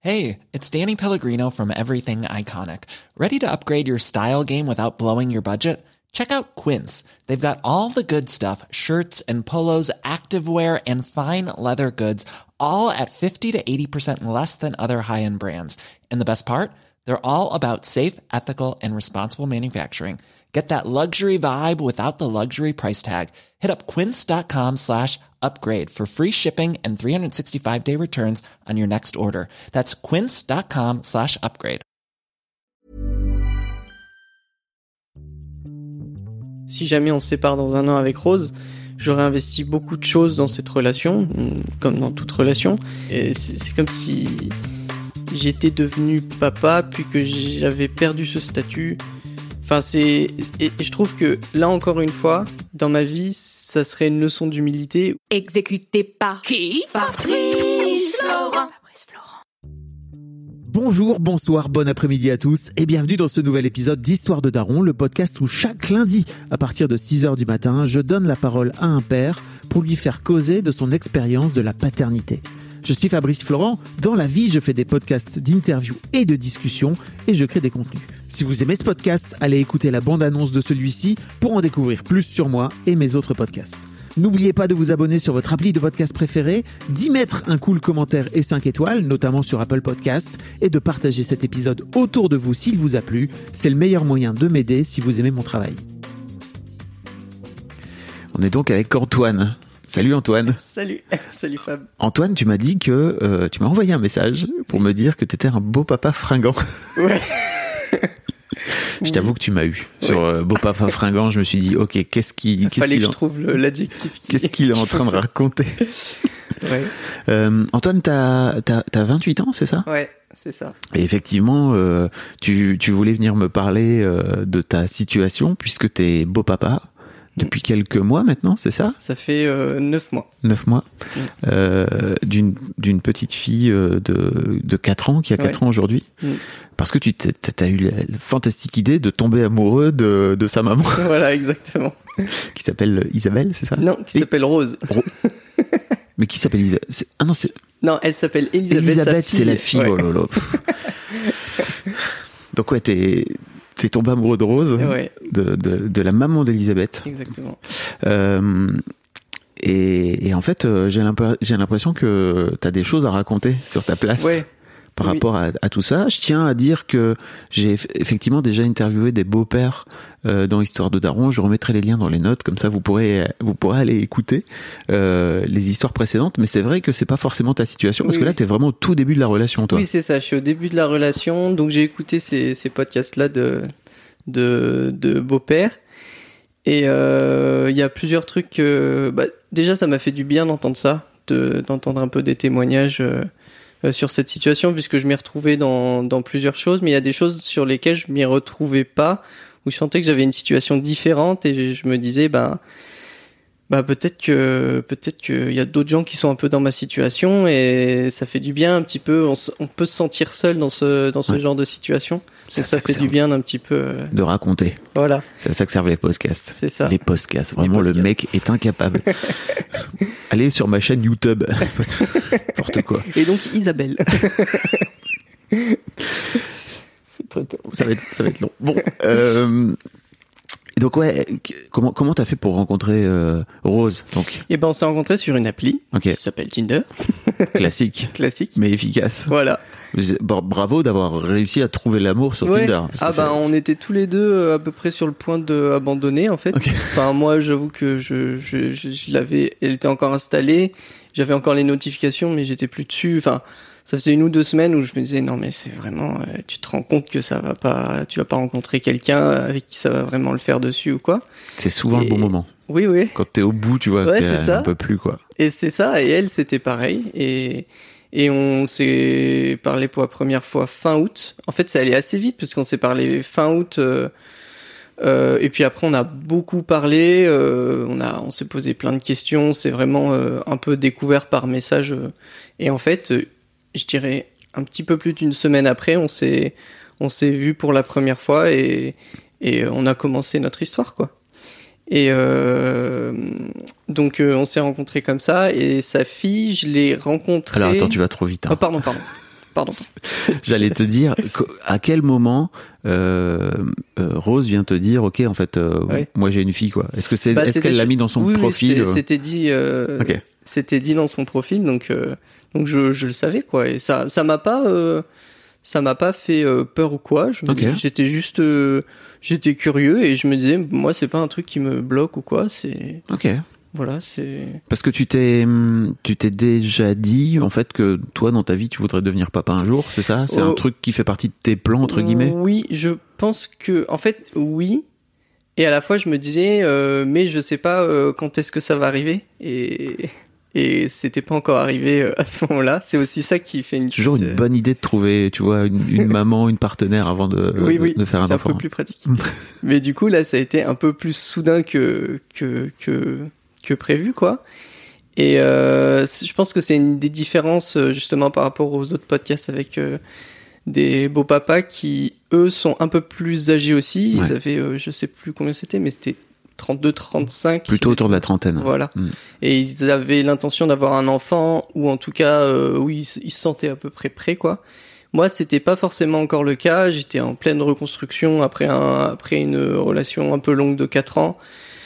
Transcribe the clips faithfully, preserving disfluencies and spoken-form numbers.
Hey, it's Danny Pellegrino from Everything Iconic. Ready to upgrade your style game without blowing your budget? Check out Quince. They've got all the good stuff, shirts and polos, activewear, and fine leather goods, all at fifty to eighty percent less than other high-end brands. And the best part? They're all about safe, ethical, and responsible manufacturing. Get that luxury vibe without the luxury price tag. Hit up quince.com slash upgrade for free shipping and three sixty-five day returns on your next order. That's quince.com slash upgrade. Si jamais on se sépare dans un an avec Rose, j'aurais investi beaucoup de choses dans cette relation, comme dans toute relation. Et c'est, c'est comme si j'étais devenu papa, puis que j'avais perdu ce statut. Enfin, c'est... Et je trouve que, là, encore une fois, dans ma vie, ça serait une leçon d'humilité. Exécuté par qui? Fabrice Florent. Bonjour, bonsoir, bon après-midi à tous et bienvenue dans ce nouvel épisode d'Histoire de Daron, le podcast où chaque lundi, à partir de six heures du matin, je donne la parole à un père pour lui faire causer de son expérience de la paternité. Je suis Fabrice Florent, dans la vie je fais des podcasts d'interviews et de discussions et je crée des contenus. Si vous aimez ce podcast, allez écouter la bande-annonce de celui-ci pour en découvrir plus sur moi et mes autres podcasts. N'oubliez pas de vous abonner sur votre appli de podcast préféré, d'y mettre un cool commentaire et cinq étoiles, notamment sur Apple Podcasts, et de partager cet épisode autour de vous s'il vous a plu. C'est le meilleur moyen de m'aider si vous aimez mon travail. On est donc avec Antoine. Salut Antoine. Salut, salut Fab. Antoine, tu m'as dit que euh, tu m'as envoyé un message pour me dire que tu étais un beau papa fringant. Ouais. Je t'avoue que tu m'as eu sur ouais. euh, beau papa fringant. Je me suis dit, ok, qu'est-ce qui, Il qu'est-ce fallait qu'il que en... je trouve le, l'adjectif. Qui... Qu'est-ce qu'il est en train de raconter? Ouais. Euh, Antoine, t'as, t'as, t'as vingt-huit ans, c'est ça? Ouais, c'est ça. Et effectivement, euh, tu, tu voulais venir me parler euh, de ta situation puisque t'es beau papa. Depuis quelques mois maintenant, c'est ça? Ça fait euh, neuf mois. Neuf mois. Mm. Euh, d'une, d'une petite fille de, de quatre ans, qui a quatre ouais. ans aujourd'hui. Mm. Parce que tu as eu la, la fantastique idée de tomber amoureux de, de sa maman. Voilà, exactement. Qui s'appelle Isabelle, c'est ça? Non, qui Et... s'appelle Rose. Ro... Mais qui s'appelle Isabelle? C'est... Ah non, c'est... Non, elle s'appelle Elisabeth. Elisabeth, sa c'est la fille. Ouais. Oh là là. Donc ouais, t'es... T'es tombé amoureux de Rose, ouais. de, de, de la maman d'Elisabeth. Exactement. Euh, et, et en fait, euh, j'ai, l'imp- j'ai l'impression que t'as des choses à raconter sur ta place ouais. par oui. rapport à, à tout ça. Je tiens à dire que j'ai effectivement déjà interviewé des beaux-pères euh, dans Histoire de Daron. Je remettrai les liens dans les notes, comme ça vous pourrez vous pourrez aller écouter euh, les histoires précédentes. Mais c'est vrai que c'est pas forcément ta situation, parce oui, que là, oui. t'es vraiment au tout début de la relation, toi. Oui, c'est ça. Je suis au début de la relation, donc j'ai écouté ces, ces podcasts-là de de, de beau-père. Et il euh, y a plusieurs trucs. Euh, bah, déjà, ça m'a fait du bien d'entendre ça, de, d'entendre un peu des témoignages euh, euh, sur cette situation, puisque je m'y retrouvais dans dans plusieurs choses, mais il y a des choses sur lesquelles je m'y retrouvais pas, où je sentais que j'avais une situation différente et je, je me disais bah bah peut-être que peut-être qu'il y a d'autres gens qui sont un peu dans ma situation et ça fait du bien un petit peu. On, on peut se sentir seul dans ce dans ce ouais. genre de situation. Donc ça, ça fait du bien d'un petit peu euh... de raconter. Voilà. C'est à ça que servent les podcasts. C'est ça. Les podcasts. Vraiment, les podcasts. Le mec est incapable. Allez sur ma chaîne YouTube. N'importe quoi. Et donc Isabelle. ça va être ça va être long. Bon. Euh... Et donc ouais, comment comment t'as fait pour rencontrer euh, Rose donc? Eh ben on s'est rencontrés sur une appli okay. qui s'appelle Tinder. Classique. Classique. Mais efficace. Voilà. Bravo d'avoir réussi à trouver l'amour sur ouais. Tinder. Ah ben bah, on était tous les deux à peu près sur le point d'abandonner en fait. Okay. Enfin moi j'avoue que je, je je je l'avais, elle était encore installée, j'avais encore les notifications mais j'étais plus dessus. Enfin ça faisait une ou deux semaines où je me disais non mais c'est vraiment euh, tu te rends compte que ça va pas, tu vas pas rencontrer quelqu'un avec qui ça va vraiment le faire dessus ou quoi. C'est souvent et... le bon moment. Oui oui. Quand t'es au bout tu vois, ouais, t'es c'est ça. un peu plus quoi. Et c'est ça, et elle c'était pareil et et on s'est parlé pour la première fois fin août. En fait ça allait assez vite parce qu'on s'est parlé fin août. Euh, Euh, et puis après on a beaucoup parlé, euh, on a on s'est posé plein de questions, c'est vraiment euh, un peu découvert par message euh, et en fait euh, je dirais un petit peu plus d'une semaine après on s'est on s'est vu pour la première fois et et on a commencé notre histoire quoi. Et euh, donc euh, on s'est rencontrés comme ça et sa fille je l'ai rencontrée. Alors attends tu vas trop vite. Hein. Oh, pardon pardon pardon. J'allais te dire, à quel moment euh, euh, Rose vient te dire, ok, en fait, euh, ouais. moi j'ai une fille, quoi. Est-ce que c'est, bah, est-ce qu'elle l'a mis dans son oui, profil? Oui, c'était, c'était dit, euh, okay. c'était dit dans son profil, donc euh, donc je, je le savais, quoi. Et ça, ça m'a pas, euh, ça m'a pas fait euh, peur ou quoi. Je me okay. dis, j'étais juste, euh, j'étais curieux et je me disais, moi, c'est pas un truc qui me bloque ou quoi. C'est. Ok. Voilà, c'est. Parce que tu t'es, tu t'es déjà dit, en fait, que toi, dans ta vie, tu voudrais devenir papa un jour, c'est ça? C'est oh. un truc qui fait partie de tes plans, entre guillemets? Oui, je pense que, en fait, oui. Et à la fois, je me disais, euh, mais je sais pas euh, quand est-ce que ça va arriver. Et, et c'était pas encore arrivé euh, à ce moment-là. C'est aussi ça qui fait une. C'est toujours petite... une bonne idée de trouver, tu vois, une, une maman, une partenaire avant de, oui, oui, de faire un enfant. C'est un peu plus pratique. Mais du coup, là, ça a été un peu plus soudain que, que, que, que prévu, quoi. Et euh, je pense que c'est une des différences, justement, par rapport aux autres podcasts avec euh, des beaux papas qui, eux, sont un peu plus âgés aussi. Ouais. Ils avaient, euh, je sais plus combien c'était, mais c'était trente-deux, trente-cinq. Plutôt autour de la trentaine. Voilà. Mm. Et ils avaient l'intention d'avoir un enfant, ou en tout cas, euh, oui, ils se sentaient à peu près prêts, quoi. Moi, c'était pas forcément encore le cas. J'étais en pleine reconstruction après, un, après une relation un peu longue de quatre ans.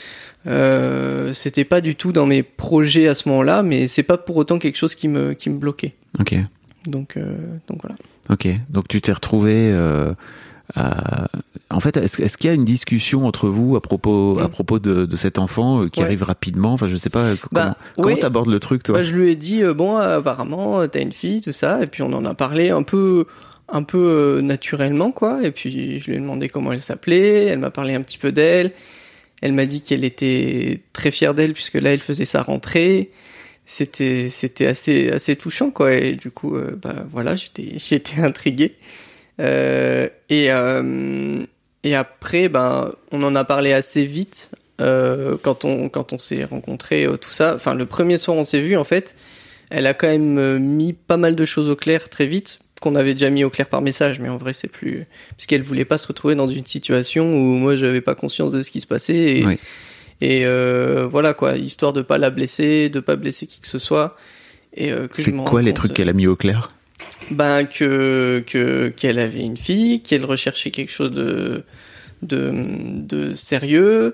Euh, c'était pas du tout dans mes projets à ce moment-là, mais c'est pas pour autant quelque chose qui me, qui me bloquait. Ok. Donc, euh, donc voilà. Ok. Donc tu t'es retrouvé. Euh, à... En fait, est-ce, est-ce qu'il y a une discussion entre vous à propos, mmh. à propos de, de cet enfant qui ouais. arrive rapidement? Enfin, je sais pas. Comment, bah, comment ouais. t'abordes le truc, toi? Bah, je lui ai dit euh, bon, apparemment, t'as une fille, tout ça, et puis on en a parlé un peu. un peu euh, naturellement, quoi. Et puis je lui ai demandé comment elle s'appelait. Elle m'a parlé un petit peu d'elle. Elle m'a dit qu'elle était très fière d'elle puisque là, elle faisait sa rentrée. C'était, c'était assez, assez touchant, quoi. Et du coup, euh, bah, voilà, j'étais, j'étais intrigué. Euh, et, euh, et après, ben, on en a parlé assez vite, euh, quand on, quand on s'est rencontrés, euh, tout ça. Enfin, le premier soir, on s'est vu, en fait. Elle a quand même mis pas mal de choses au clair très vite, qu'on avait déjà mis au clair par message, mais en vrai c'est plus, puisqu'elle voulait pas se retrouver dans une situation où moi j'avais pas conscience de ce qui se passait et, oui. et euh, voilà quoi, histoire de pas la blesser, de pas blesser qui que ce soit. Et euh, que c'est je quoi les trucs qu'elle a mis au clair? Ben que que qu'elle avait une fille, qu'elle recherchait quelque chose de de de sérieux,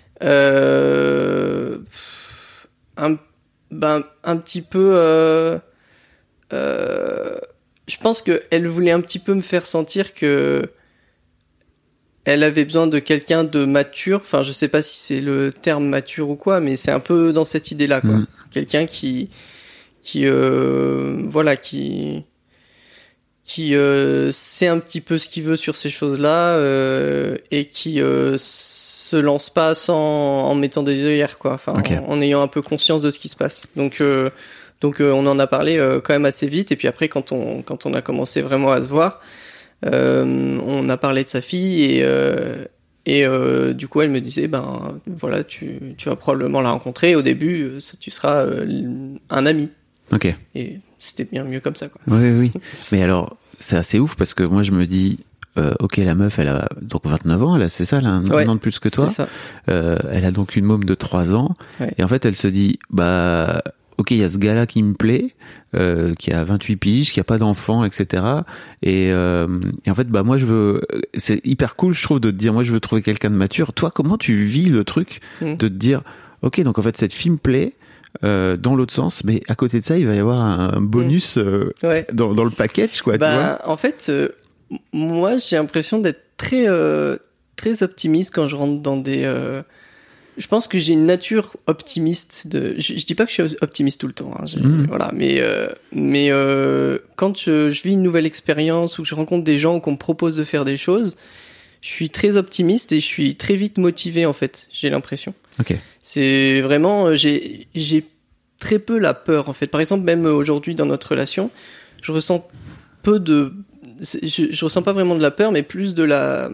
euh, un ben un petit peu. Euh, euh, Je pense qu'elle voulait un petit peu me faire sentir que elle avait besoin de quelqu'un de mature. Enfin, je sais pas si c'est le terme mature ou quoi, mais c'est un peu dans cette idée-là, quoi. Mmh. Quelqu'un qui, qui, euh, voilà, qui, qui euh, sait un petit peu ce qu'il veut sur ces choses-là euh, et qui euh, se lance pas sans en mettant des œillères, quoi. Enfin, okay. en, en ayant un peu conscience de ce qui se passe. Donc euh, Donc euh, on en a parlé euh, quand même assez vite et puis après quand on quand on a commencé vraiment à se voir, euh, on a parlé de sa fille et euh, et euh, du coup elle me disait ben voilà tu tu vas probablement la rencontrer au début ça, tu seras euh, un ami. Ok. Et c'était bien mieux comme ça quoi. Oui oui. Mais alors c'est assez ouf parce que moi je me dis euh, ok la meuf elle a donc vingt-neuf ans, elle a, c'est ça, elle a un, ouais, un an de plus que toi. C'est ça. Euh, elle a donc une môme de trois ans ouais. Et en fait elle se dit bah ok, il y a ce gars-là qui me plaît, euh, qui a vingt-huit piges, qui a pas d'enfant, et cetera. Et, euh, et en fait, bah moi je veux, c'est hyper cool, je trouve, de te dire, moi je veux trouver quelqu'un de mature. Toi, comment tu vis le truc mmh. de te dire, ok, donc en fait cette fille me plaît, euh, dans l'autre sens, mais à côté de ça, il va y avoir un bonus euh, ouais. dans, dans le package, quoi. Bah, tu vois en fait, euh, moi j'ai l'impression d'être très, euh, très optimiste quand je rentre dans des. Euh, Je pense que j'ai une nature optimiste. De... Je, je dis pas que je suis optimiste tout le temps, hein. Mmh. Voilà, mais euh, mais euh, quand je, je vis une nouvelle expérience ou que je rencontre des gens ou qu'on me propose de faire des choses, je suis très optimiste et je suis très vite motivé en fait. J'ai l'impression. Ok. C'est vraiment j'ai j'ai très peu la peur en fait. Par exemple, même aujourd'hui dans notre relation, je ressens peu de, je, je ressens pas vraiment de la peur, mais plus de la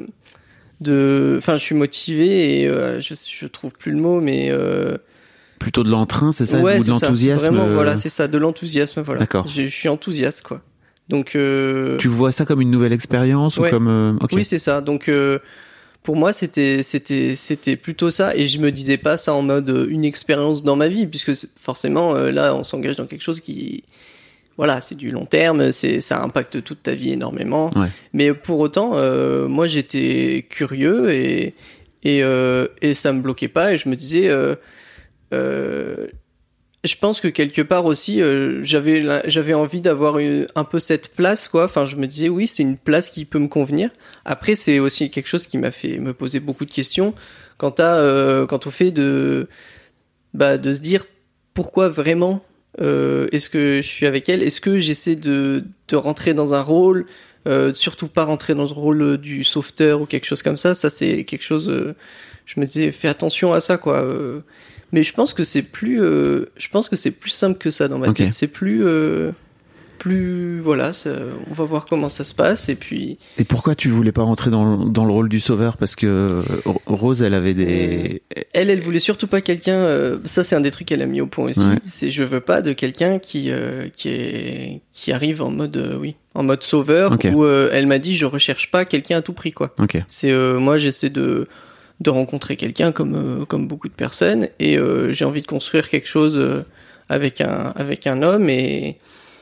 de enfin je suis motivé et euh, je je trouve plus le mot mais euh... plutôt de l'entrain, c'est ça, ouais, ou de l'enthousiasme ça. Vraiment euh... voilà, c'est ça, de l'enthousiasme, voilà. D'accord. Je, je suis enthousiaste quoi. Donc euh... tu vois ça comme une nouvelle expérience ouais. ou comme euh... okay. Oui, c'est ça. Donc euh, pour moi, c'était c'était c'était plutôt ça et je me disais pas ça en mode une expérience dans ma vie puisque forcément euh, là on s'engage dans quelque chose qui voilà, c'est du long terme, c'est ça impacte toute ta vie énormément. Ouais. Mais pour autant, euh, moi j'étais curieux et et euh, et ça me bloquait pas et je me disais, euh, euh, je pense que quelque part aussi, euh, j'avais j'avais envie d'avoir une, un peu cette place, quoi. Enfin, je me disais oui, c'est une place qui peut me convenir. Après, c'est aussi quelque chose qui m'a fait me poser beaucoup de questions quant à euh, quant au fait de bah de se dire pourquoi vraiment. Euh, est-ce que je suis avec elle ? Est-ce que j'essaie de, de rentrer dans un rôle, euh, surtout pas rentrer dans le rôle du sauveteur ou quelque chose comme ça. Ça, c'est quelque chose. Euh, je me disais, fais attention à ça, quoi. Euh, mais je pense que c'est plus. Euh, je pense que c'est plus simple que ça dans ma Okay. tête. C'est plus. Euh, plus voilà, ça, on va voir comment ça se passe et puis. Et pourquoi tu voulais pas rentrer dans, dans le rôle du sauveur ? Parce que Rose, elle avait des... Elle, elle voulait surtout pas quelqu'un. Euh, ça, c'est un des trucs qu'elle a mis au point aussi. Ouais. C'est je veux pas de quelqu'un qui euh, qui est qui arrive en mode euh, oui, en mode sauveur. Okay. Où euh, elle m'a dit je recherche pas quelqu'un à tout prix, quoi. Ok. C'est euh, moi j'essaie de de rencontrer quelqu'un comme euh, comme beaucoup de personnes et euh, j'ai envie de construire quelque chose euh, avec un avec un homme et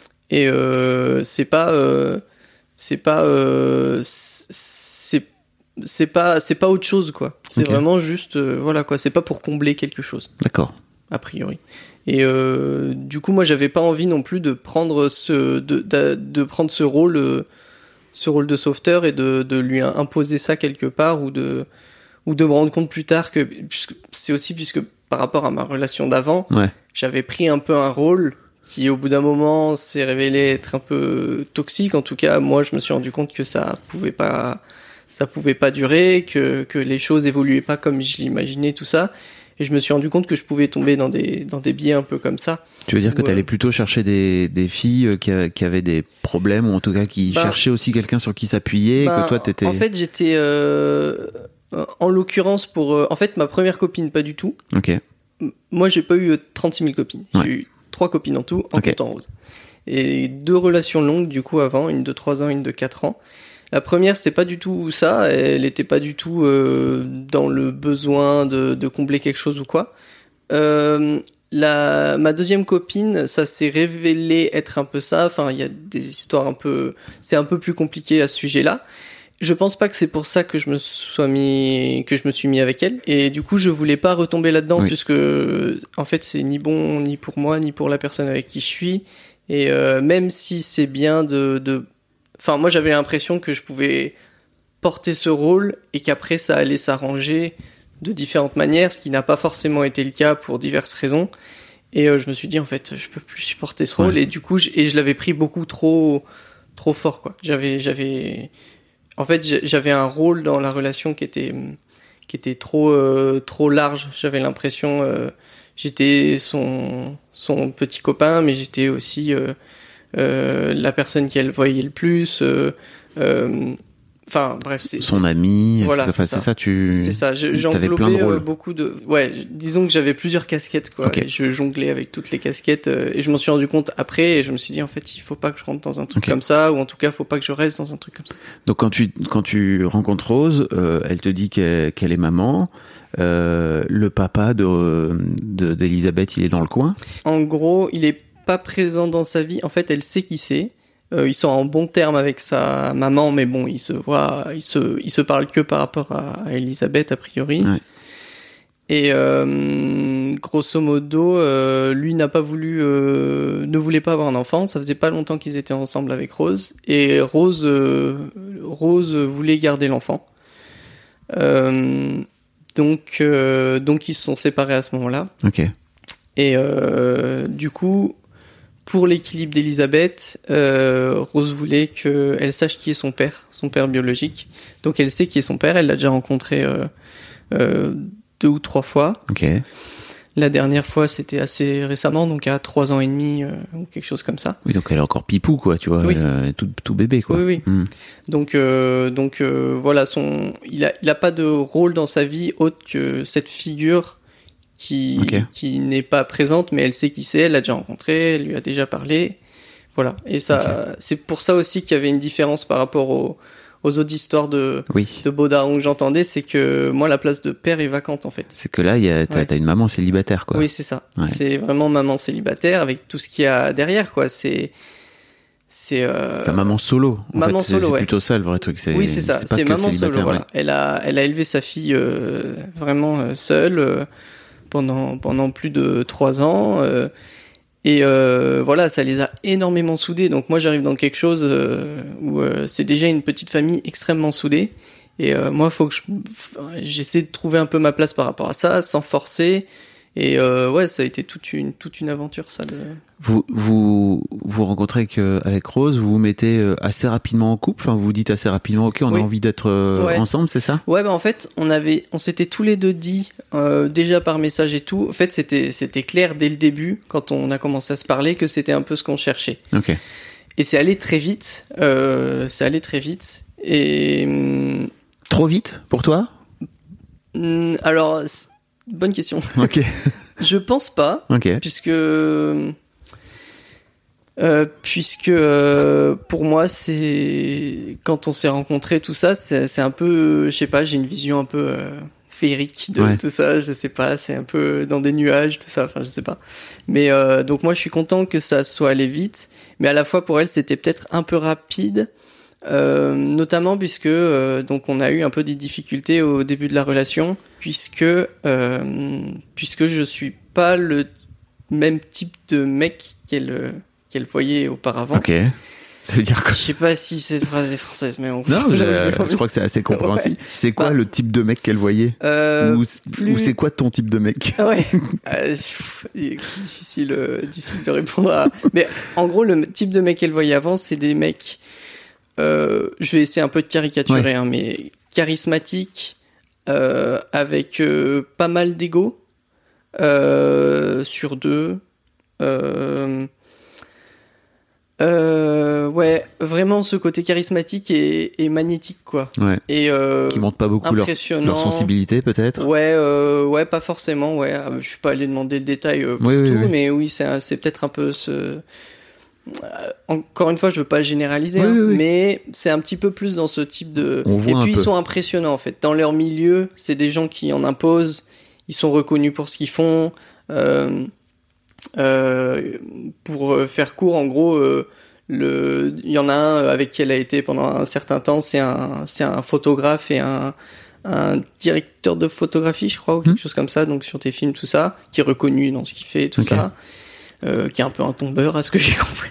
et euh, c'est pas euh, c'est pas euh, c'est c'est pas c'est pas autre chose, quoi. C'est Okay. vraiment juste euh, voilà, quoi, c'est pas pour combler quelque chose D'accord. a priori. Et euh, du coup moi j'avais pas envie non plus de prendre ce de de, de prendre ce rôle euh, ce rôle de sauveteur et de de lui imposer ça quelque part ou de ou de me rendre compte plus tard que puisque c'est aussi puisque par rapport à ma relation d'avant, Ouais. j'avais pris un peu un rôle qui au bout d'un moment s'est révélé être un peu toxique. En tout cas, moi je me suis rendu compte que ça pouvait pas ça pouvait pas durer, que que les choses évoluaient pas comme je l'imaginais, tout ça. Et je me suis rendu compte que je pouvais tomber dans des dans des biais un peu comme ça. Tu veux dire que Ouais. tu allais plutôt chercher des, des filles qui, a- qui avaient des problèmes ou en tout cas qui Bah, cherchaient aussi quelqu'un sur qui s'appuyer et Ben, que toi t'étais... En fait, j'étais euh, en l'occurrence pour euh, en fait ma première copine pas du tout. Ok. M- Moi, j'ai pas eu euh, trente-six mille copines. Ouais. J'ai eu trois copines en tout, en Ok. comptant Rose. Et deux relations longues, du coup, avant, une de trois ans, une de quatre ans. La première, c'était pas du tout ça. Elle était pas du tout euh, dans le besoin de, de combler quelque chose ou quoi. Euh, la, ma deuxième copine, ça s'est révélé être un peu ça. Enfin, il y a des histoires un peu... C'est un peu plus compliqué à ce sujet-là. Je pense pas que c'est pour ça que je me sois mis que je me suis mis avec elle et du coup je voulais pas retomber là-dedans Oui. puisque en fait c'est ni bon ni pour moi ni pour la personne avec qui je suis et euh, même si c'est bien de de enfin moi j'avais l'impression que je pouvais porter ce rôle et qu'après ça allait s'arranger de différentes manières, ce qui n'a pas forcément été le cas pour diverses raisons. Et euh, je me suis dit en fait je peux plus supporter ce rôle Ouais. et du coup je, et je l'avais pris beaucoup trop trop fort, quoi. J'avais j'avais en fait, j'avais un rôle dans la relation qui était qui était trop euh, trop large. J'avais l'impression euh, j'étais son son petit copain, mais j'étais aussi euh, euh, la personne qu'elle voyait le plus. Euh, euh, Enfin, bref, c'est Son ami, Voilà, enfin, c'est c'est ça. ça, tu... c'est ça. Je- t'avais plein de J'englobais rôles. euh, beaucoup de. Ouais, je- disons que j'avais plusieurs casquettes, quoi. Ok. Et je jonglais avec toutes les casquettes euh, et je m'en suis rendu compte après et je me suis dit en fait il faut pas que je rentre dans un truc Ok. comme ça ou en tout cas faut pas que je reste dans un truc comme ça. Donc quand tu, quand tu rencontres Rose, euh, elle te dit qu'elle, qu'elle est maman, euh, le papa de, de, d'Elisabeth, il est dans le coin. En gros, il est pas présent dans sa vie. En fait, elle sait qui c'est. Euh, ils sont en bon terme avec sa maman, mais bon, ils se voient, ils se, ils se parlent que par rapport à, à Elisabeth a priori. Ouais. Et euh, grosso modo, euh, lui n'a pas voulu, euh, ne voulait pas avoir un enfant. Ça faisait pas longtemps qu'ils étaient ensemble avec Rose. Et Rose, euh, Rose voulait garder l'enfant. Euh, donc, euh, donc ils se sont séparés à ce moment-là. Ok. Et euh, du coup, pour l'équilibre d'Elisabeth, euh, Rose voulait qu'elle sache qui est son père, son père biologique. Donc elle sait qui est son père, elle l'a déjà rencontré euh, euh, deux ou trois fois. Ok. La dernière fois, c'était assez récemment, donc à trois ans et demi euh, ou quelque chose comme ça. Oui, donc elle est encore pipou, quoi, tu vois, Oui. elle est tout, tout bébé, quoi. Oui, oui. Hmm. Donc, euh, donc euh, voilà, son, il a, il a pas de rôle dans sa vie autre que cette figure qui, Ok. qui n'est pas présente, mais elle sait qui c'est, elle l'a déjà rencontré, elle lui a déjà parlé, voilà. Et ça, c'est pour ça aussi qu'il y avait une différence par rapport aux, aux autres histoires de, Oui. de Beaudaron que j'entendais, c'est que moi la place de père est vacante en fait. C'est que là, il y a, t'as, Ouais. t'as une maman célibataire, quoi. Oui, c'est ça. Ouais. C'est vraiment maman célibataire avec tout ce qu'il y a derrière, quoi. C'est c'est euh... enfin, maman solo. En maman fait, solo, c'est, c'est ouais. plutôt ça le vrai truc. C'est, oui, c'est ça. C'est, pas c'est que maman solo. Voilà. Ouais. Elle a, elle a élevé sa fille euh, vraiment euh, seule euh, pendant pendant plus de trois ans. Euh, et euh, voilà, ça les a énormément soudés. Donc moi, j'arrive dans quelque chose euh, où euh, c'est déjà une petite famille extrêmement soudée. Et euh, moi, faut que je, j'essaie de trouver un peu ma place par rapport à ça, sans forcer. Et euh, ouais, ça a été toute une toute une aventure, ça. De... Vous vous vous rencontrez avec, euh, avec Rose, vous vous mettez euh, assez rapidement en couple. Enfin, vous vous dites assez rapidement, ok, on oui. a envie d'être euh, ouais. ensemble, c'est ça? Ouais, bah en fait, on avait, on s'était tous les deux dit euh, déjà par message et tout. En fait, c'était c'était clair dès le début, quand on a commencé à se parler, que c'était un peu ce qu'on cherchait. Ok. Et c'est allé très vite. Euh, c'est allé très vite. Et hum, trop vite pour toi? hum, alors. Bonne question. Ok. Je pense pas, okay. puisque euh, puisque euh, pour moi c'est quand on s'est rencontrés tout ça, c'est, c'est un peu, je sais pas, j'ai une vision un peu euh, féerique de ouais. tout ça, je sais pas, c'est un peu dans des nuages tout ça, enfin je sais pas. Mais euh, donc moi je suis content que ça soit allé vite, mais à la fois pour elle c'était peut-être un peu rapide. Euh, notamment puisque euh, donc on a eu un peu des difficultés au début de la relation puisque euh, puisque je suis pas le même type de mec qu'elle qu'elle voyait auparavant. Ok. Ça veut dire quoi? Je sais pas si cette phrase est française, mais on... non, je, je crois que c'est assez compréhensible. Ouais. C'est quoi bah, le type de mec qu'elle voyait? euh, ou, plus... ou c'est quoi ton type de mec? Ouais. euh, difficile, euh, difficile de répondre à. Mais en gros, le type de mec qu'elle voyait avant, c'est des mecs. Euh, je vais essayer un peu de caricaturer, ouais. hein, mais charismatique, euh, avec euh, pas mal d'ego, euh, sur deux. Euh, euh, ouais, vraiment ce côté charismatique et, et magnétique, quoi. Ouais. Et euh, qui montre pas beaucoup leur, leur sensibilité, peut-être. Ouais, euh, ouais, pas forcément. Ouais, je suis pas allé demander le détail euh, pour oui, tout, oui, oui. mais oui, c'est, un, c'est peut-être un peu ce. Encore une fois, je veux pas généraliser, oui, hein, oui, oui. mais c'est un petit peu plus dans ce type de. On voit et puis ils peu. sont impressionnants en fait. Dans leur milieu, c'est des gens qui en imposent. Ils sont reconnus pour ce qu'ils font. Euh, euh, pour faire court, en gros, euh, le, il y en a un avec qui elle a été pendant un certain temps. C'est un, c'est un photographe et un, un directeur de photographie, je crois, ou quelque mmh. chose comme ça. Donc sur tes films, tout ça, qui est reconnu dans ce qu'il fait, tout okay. ça. Euh, qui est un peu un tombeur à ce que j'ai compris.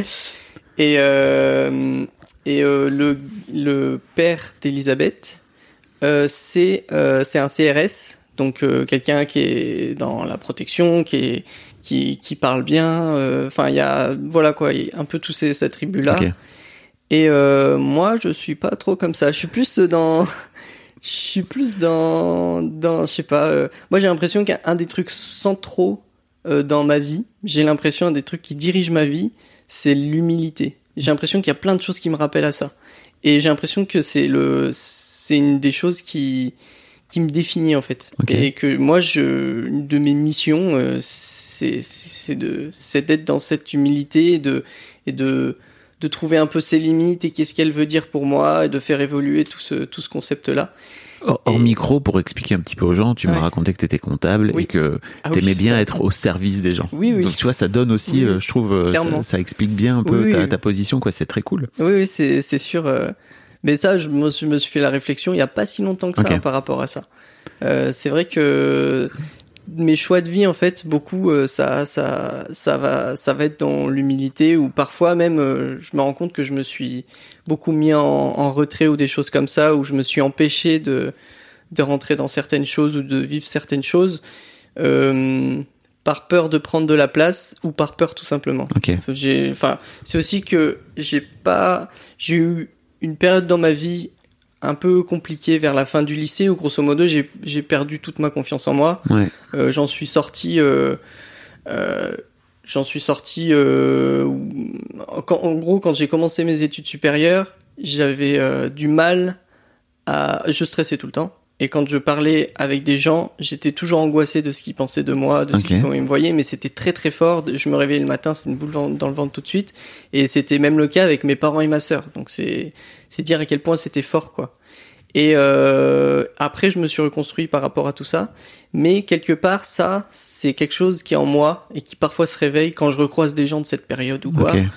Et, euh, et euh, le, le père d'Elisabeth, euh, c'est, euh, c'est un C R S, donc euh, quelqu'un qui est dans la protection, qui, est, qui, qui parle bien. Enfin, euh, il y a voilà quoi, y a un peu tous ces attributs-là. Okay. Et euh, moi, je suis pas trop comme ça. Je suis plus dans... Je suis plus dans... dans je sais pas... Euh, moi, j'ai l'impression qu'un des trucs centraux Euh, dans ma vie, j'ai l'impression un des trucs qui dirigent ma vie, c'est l'humilité. J'ai l'impression qu'il y a plein de choses qui me rappellent à ça. Et j'ai l'impression que c'est le, c'est une des choses qui, qui me définit en fait. Okay. Et que moi, je, une de mes missions, euh, c'est, c'est de, c'est d'être dans cette humilité et de, et de, de trouver un peu ses limites et qu'est-ce qu'elle veut dire pour moi et de faire évoluer tout ce, tout ce concept-là. Hors et... micro, pour expliquer un petit peu aux gens, tu ouais. m'as raconté que tu étais comptable oui. et que ah t'aimais oui, bien ça. Être au service des gens. Oui, oui. Donc tu vois, ça donne aussi, oui, euh, je trouve, ça, ça explique bien un peu oui, ta, oui. ta position, quoi. C'est très cool. Oui, oui, c'est, c'est sûr. Euh... Mais ça, je me, suis, je me suis fait la réflexion il n'y a pas si longtemps que ça okay. hein, par rapport à ça. Euh, c'est vrai que mes choix de vie, en fait, beaucoup, euh, ça, ça, ça va, ça va être dans l'humilité ou parfois même, euh, je me rends compte que je me suis beaucoup mis en, en retrait ou des choses comme ça, où je me suis empêché de, de rentrer dans certaines choses ou de vivre certaines choses, euh, par peur de prendre de la place ou par peur tout simplement. Okay. J'ai, enfin, c'est aussi que j'ai pas, j'ai eu une période dans ma vie un peu compliquée vers la fin du lycée où grosso modo j'ai, j'ai perdu toute ma confiance en moi. Ouais. Euh, j'en suis sorti, euh, euh, j'en suis sorti, euh, quand, en gros quand j'ai commencé mes études supérieures, j'avais euh, du mal à, je stressais tout le temps. Et quand je parlais avec des gens, j'étais toujours angoissé de ce qu'ils pensaient de moi, de ce okay. comment ils me voyaient, mais c'était très très fort. Je me réveillais le matin, c'était une boule dans le ventre tout de suite. Et c'était même le cas avec mes parents et ma sœur. Donc c'est, c'est dire à quel point c'était fort, quoi. Et euh, après, je me suis reconstruit par rapport à tout ça. Mais quelque part, ça, c'est quelque chose qui est en moi et qui parfois se réveille quand je recroise des gens de cette période ou quoi. Okay.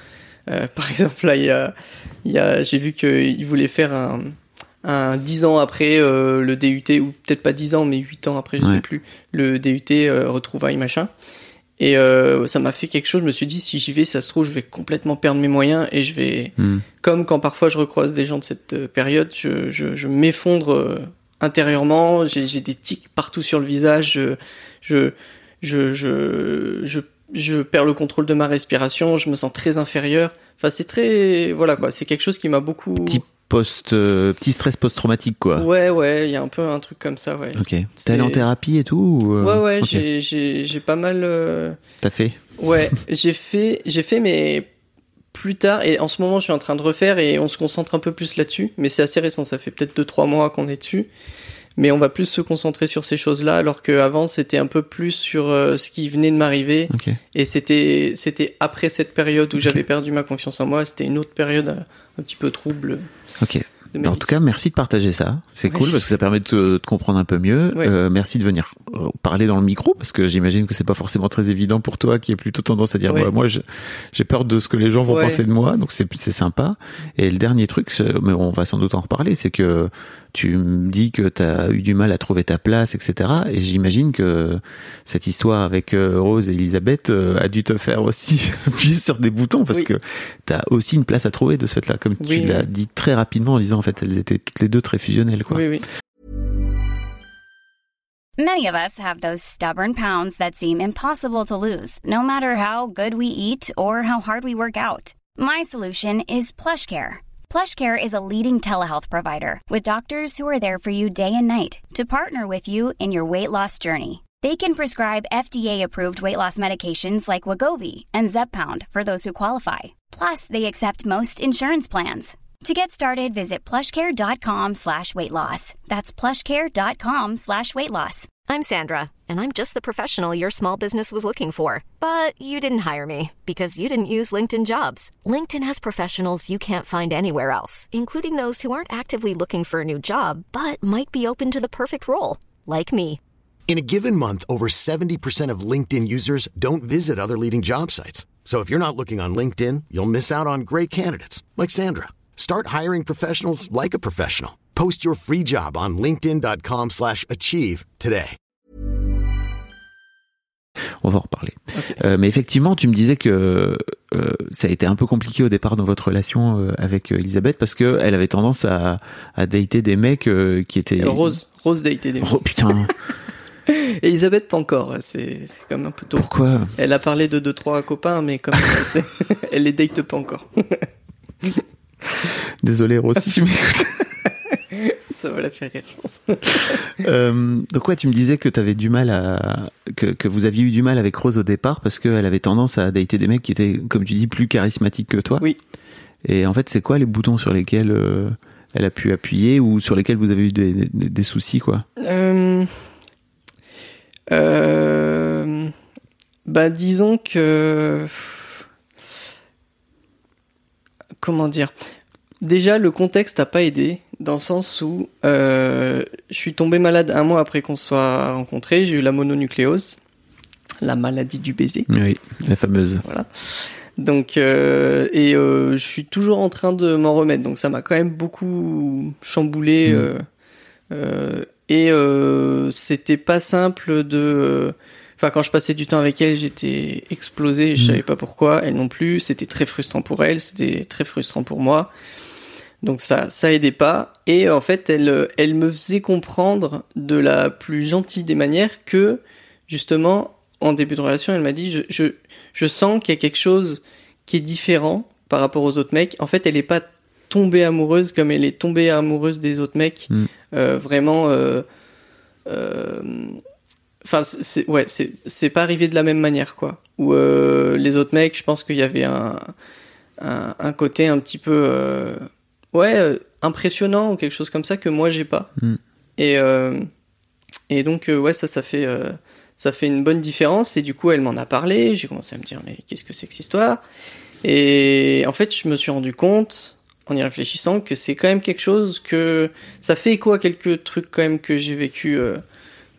Euh, par exemple, là, il y a, il y a, j'ai vu qu'il voulait faire un, un dix ans après euh, le D U T, ou peut-être pas dix ans, mais huit ans après, je Ouais. sais plus, le D U T euh, retrouvailles machin. Et euh, ça m'a fait quelque chose. Je me suis dit, si j'y vais, ça se trouve, je vais complètement perdre mes moyens et je vais, Mm. comme quand parfois je recroise des gens de cette euh, période, je, je, je m'effondre euh, intérieurement. J'ai, j'ai des tics partout sur le visage. Je, je, je, je, je, je perds le contrôle de ma respiration. Je me sens très inférieur. Enfin, c'est très, voilà quoi. C'est quelque chose qui m'a beaucoup. Petit post, euh, petit stress post-traumatique, quoi. Ouais, ouais. Il y a un peu un truc comme ça, ouais. Ok. T'es C'est- allé en thérapie et tout ou, euh, Ouais, ouais. ok. J'ai, j'ai, j'ai pas mal. euh, T'as fait. Ouais, j'ai fait, j'ai fait, mais plus tard. Et en ce moment, je suis en train de refaire et on se concentre un peu plus là-dessus. Mais c'est assez récent. Ça fait peut-être deux, trois mois qu'on est dessus. Mais on va plus se concentrer sur ces choses-là, alors qu'avant, c'était un peu plus sur euh, ce qui venait de m'arriver. Ok. Et c'était, c'était après cette période où Ok. j'avais perdu ma confiance en moi. C'était une autre période euh, un petit peu trouble. Ok. De ma En vie. tout cas, merci de partager ça. C'est Ouais. cool parce que ça permet de te, de te comprendre un peu mieux. Ouais. Euh, merci de venir euh, parler dans le micro parce que j'imagine que c'est pas forcément très évident pour toi qui est plutôt tendance à dire Ouais. ouais, moi je, j'ai peur de ce que les gens vont Ouais. penser de moi, donc c'est c'est sympa. Et le dernier truc, c'est- mais on va sans doute en reparler, c'est que tu me dis que tu as eu du mal à trouver ta place, et cetera. Et j'imagine que cette histoire avec euh, Rose et Elisabeth euh, a dû te faire aussi appuyer sur des boutons parce Oui. que tu as aussi une place à trouver de ce fait-là, comme tu Oui. l'as dit très rapidement en disant en fait elles étaient toutes les deux très fusionnelles, quoi. Oui, oui. Many of us have those stubborn pounds that seem impossible to lose, no matter how good we eat or how hard we work out. My solution is PlushCare. PlushCare is a leading telehealth provider with doctors who are there for you day and night to partner with you in your weight loss journey. They can prescribe F D A-approved weight loss medications like Wegovy and Zepbound for those who qualify. Plus, they accept most insurance plans. To get started, visit plushcare.com slash weight loss. That's plushcare.com slash weight loss. I'm Sandra, and I'm just the professional your small business was looking for. But you didn't hire me because you didn't use LinkedIn Jobs. LinkedIn has professionals you can't find anywhere else, including those who aren't actively looking for a new job, but might be open to the perfect role, like me. In a given month, over seventy percent of LinkedIn users don't visit other leading job sites. So if you're not looking on LinkedIn, you'll miss out on great candidates like Sandra. Start hiring professionals like a professional. Post your free job on linkedin.com slash achieve today. On va en reparler. Ok. Euh, mais effectivement, tu me disais que euh, ça a été un peu compliqué au départ dans votre relation euh, avec euh, Elisabeth parce que elle avait tendance à, à dater des mecs euh, qui étaient... Euh, Rose, Rose daté des Oh putain, Et Elisabeth, pas encore. C'est, c'est quand même un peu tôt. pourquoi? Elle a parlé de deux, trois copains, mais comme ça, c'est... elle les date pas encore. Désolé Rose si tu m'écoutes. Ça va la faire rire, je pense. Euh, donc ouais, tu me disais que t'avais du mal à que, que vous aviez eu du mal avec Rose au départ parce qu'elle avait tendance à dater des mecs qui étaient, comme tu dis, plus charismatiques que toi. Oui. Et en fait, c'est quoi les boutons sur lesquels euh, elle a pu appuyer ou sur lesquels vous avez eu des, des, des soucis, quoi? Euh... Euh... Bah, disons que... Comment dire? Déjà, le contexte n'a pas aidé, dans le sens où euh, je suis tombé malade un mois après qu'on se soit rencontrés. J'ai eu la mononucléose, la maladie du baiser. Oui, la fameuse. Voilà. Donc, euh, et euh, je suis toujours en train de m'en remettre. Donc, ça m'a quand même beaucoup chamboulé. Mmh. Euh, euh, et euh, c'était pas simple de. Enfin, quand je passais du temps avec elle, j'étais explosé. Je Mmh. savais pas pourquoi. Elle non plus. C'était très frustrant pour elle. C'était très frustrant pour moi. Donc ça, ça aidait pas. Et en fait, elle, elle me faisait comprendre de la plus gentille des manières que, justement, en début de relation, elle m'a dit, je, je, je sens qu'il y a quelque chose qui est différent par rapport aux autres mecs. En fait, elle est pas tombée amoureuse comme elle est tombée amoureuse des autres mecs. Mm. Euh, vraiment, euh, euh, enfin, c'est, ouais, c'est, c'est pas arrivé de la même manière, quoi. Ou euh, les autres mecs, je pense qu'il y avait un, un, un côté un petit peu, euh, ouais, euh, impressionnant ou quelque chose comme ça que moi j'ai pas. Mm. Et euh, et donc euh, ouais, ça, ça fait, euh, ça fait une bonne différence. Et du coup, elle m'en a parlé. J'ai commencé à me dire, mais qu'est-ce que c'est que cette histoire? Et en fait, je me suis rendu compte, en y réfléchissant, que c'est quand même quelque chose que ça fait écho à quelques trucs quand même que j'ai vécu, euh,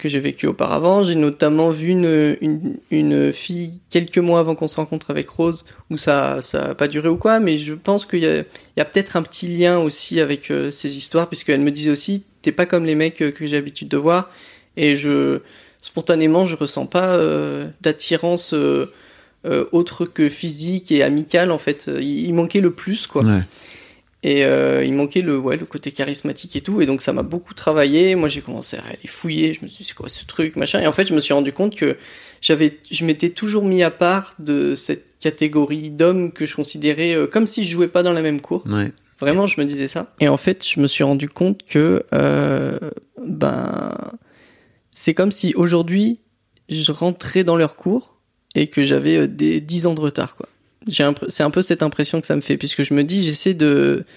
que j'ai vécues auparavant. J'ai notamment vu une, une, une fille quelques mois avant qu'on se rencontre avec Rose, où ça ça a pas duré ou quoi, mais je pense qu'il y a, il y a peut-être un petit lien aussi avec euh, ces histoires, puisqu'elle me disait aussi, t'es pas comme les mecs euh, que j'ai l'habitude de voir, et je spontanément je ressens pas euh, d'attirance euh, euh, autre que physique et amicale en fait. Il, il manquait le plus quoi. Ouais. Et euh, il manquait le, ouais, le côté charismatique et tout. Et donc, ça m'a beaucoup travaillé. Moi, j'ai commencé à aller fouiller. Je me suis dit, c'est quoi ce truc, machin. Et en fait, je me suis rendu compte que j'avais, je m'étais toujours mis à part de cette catégorie d'hommes que je considérais euh, comme si je jouais pas dans la même cour. Ouais. Vraiment, je me disais ça. Et en fait, je me suis rendu compte que, euh, ben, c'est comme si aujourd'hui, je rentrais dans leur cours et que j'avais euh, des dix ans de retard, quoi. J'ai impr- c'est un peu cette impression que ça me fait, puisque je me dis, j'essaie de,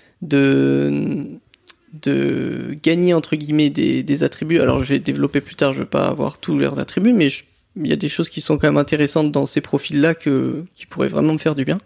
de, de gagner, entre guillemets, des, des attributs. Alors, je vais développer plus tard, je vais pas avoir tous leurs attributs, mais je, il y a des choses qui sont quand même intéressantes dans ces profils-là que, qui pourraient vraiment me faire du bien.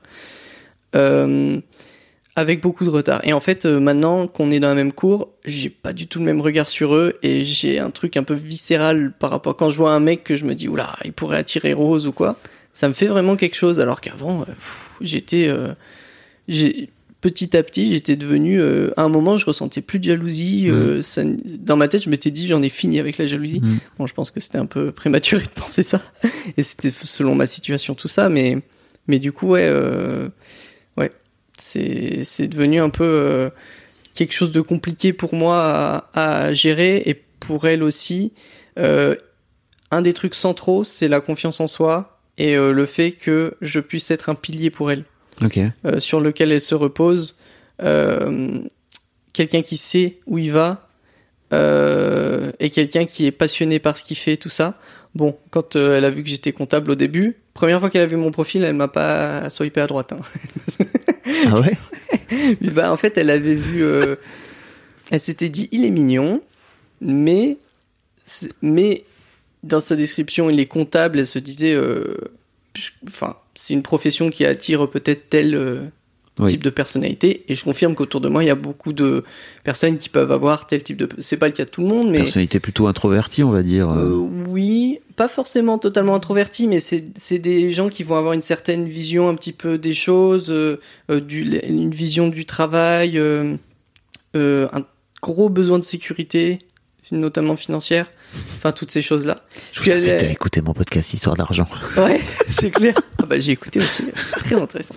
Euh, avec beaucoup de retard. Et en fait, euh, maintenant qu'on est dans la même cour, j'ai pas du tout le même regard sur eux, et j'ai un truc un peu viscéral par rapport, quand je vois un mec que je me dis, oula, il pourrait attirer Rose ou quoi. Ça me fait vraiment quelque chose, alors qu'avant, euh, pff, j'étais... Euh, j'ai, petit à petit, j'étais devenu... Euh, à un moment, je ressentais plus de jalousie. Mmh. Euh, ça, dans ma tête, je m'étais dit, j'en ai fini avec la jalousie. Mmh. Bon, je pense que c'était un peu prématuré de penser ça. Et c'était selon ma situation, tout ça. Mais, mais du coup, ouais... Euh, ouais, c'est, c'est devenu un peu euh, quelque chose de compliqué pour moi à, à gérer. Et pour elle aussi. Euh, un des trucs centraux, c'est la confiance en soi. Et euh, le fait que je puisse être un pilier pour elle, okay. euh, sur lequel elle se repose, euh, quelqu'un qui sait où il va, euh, et quelqu'un qui est passionné par ce qu'il fait, tout ça. Bon, quand euh, elle a vu que j'étais comptable au début, première fois qu'elle a vu mon profil, elle m'a pas swipé à droite. Hein. Ah ouais. Mais bah, en fait, elle avait vu, euh, elle s'était dit, il est mignon, mais, mais dans sa description, il est comptable. Elle se disait, euh, enfin, c'est une profession qui attire peut-être tel euh, oui. type de personnalité. Et je confirme qu'autour de moi, il y a beaucoup de personnes qui peuvent avoir tel type de. C'est pas le cas de tout le monde, mais personnalité plutôt introvertie, on va dire. Euh, oui, pas forcément totalement introvertie, mais c'est c'est des gens qui vont avoir une certaine vision un petit peu des choses, euh, euh, du, une vision du travail, euh, euh, un gros besoin de sécurité, notamment financière. Enfin, toutes ces choses-là. Je vous invite à écouter mon podcast Histoire d'argent. Ouais, c'est clair. Ah bah, j'ai écouté aussi. Très intéressant.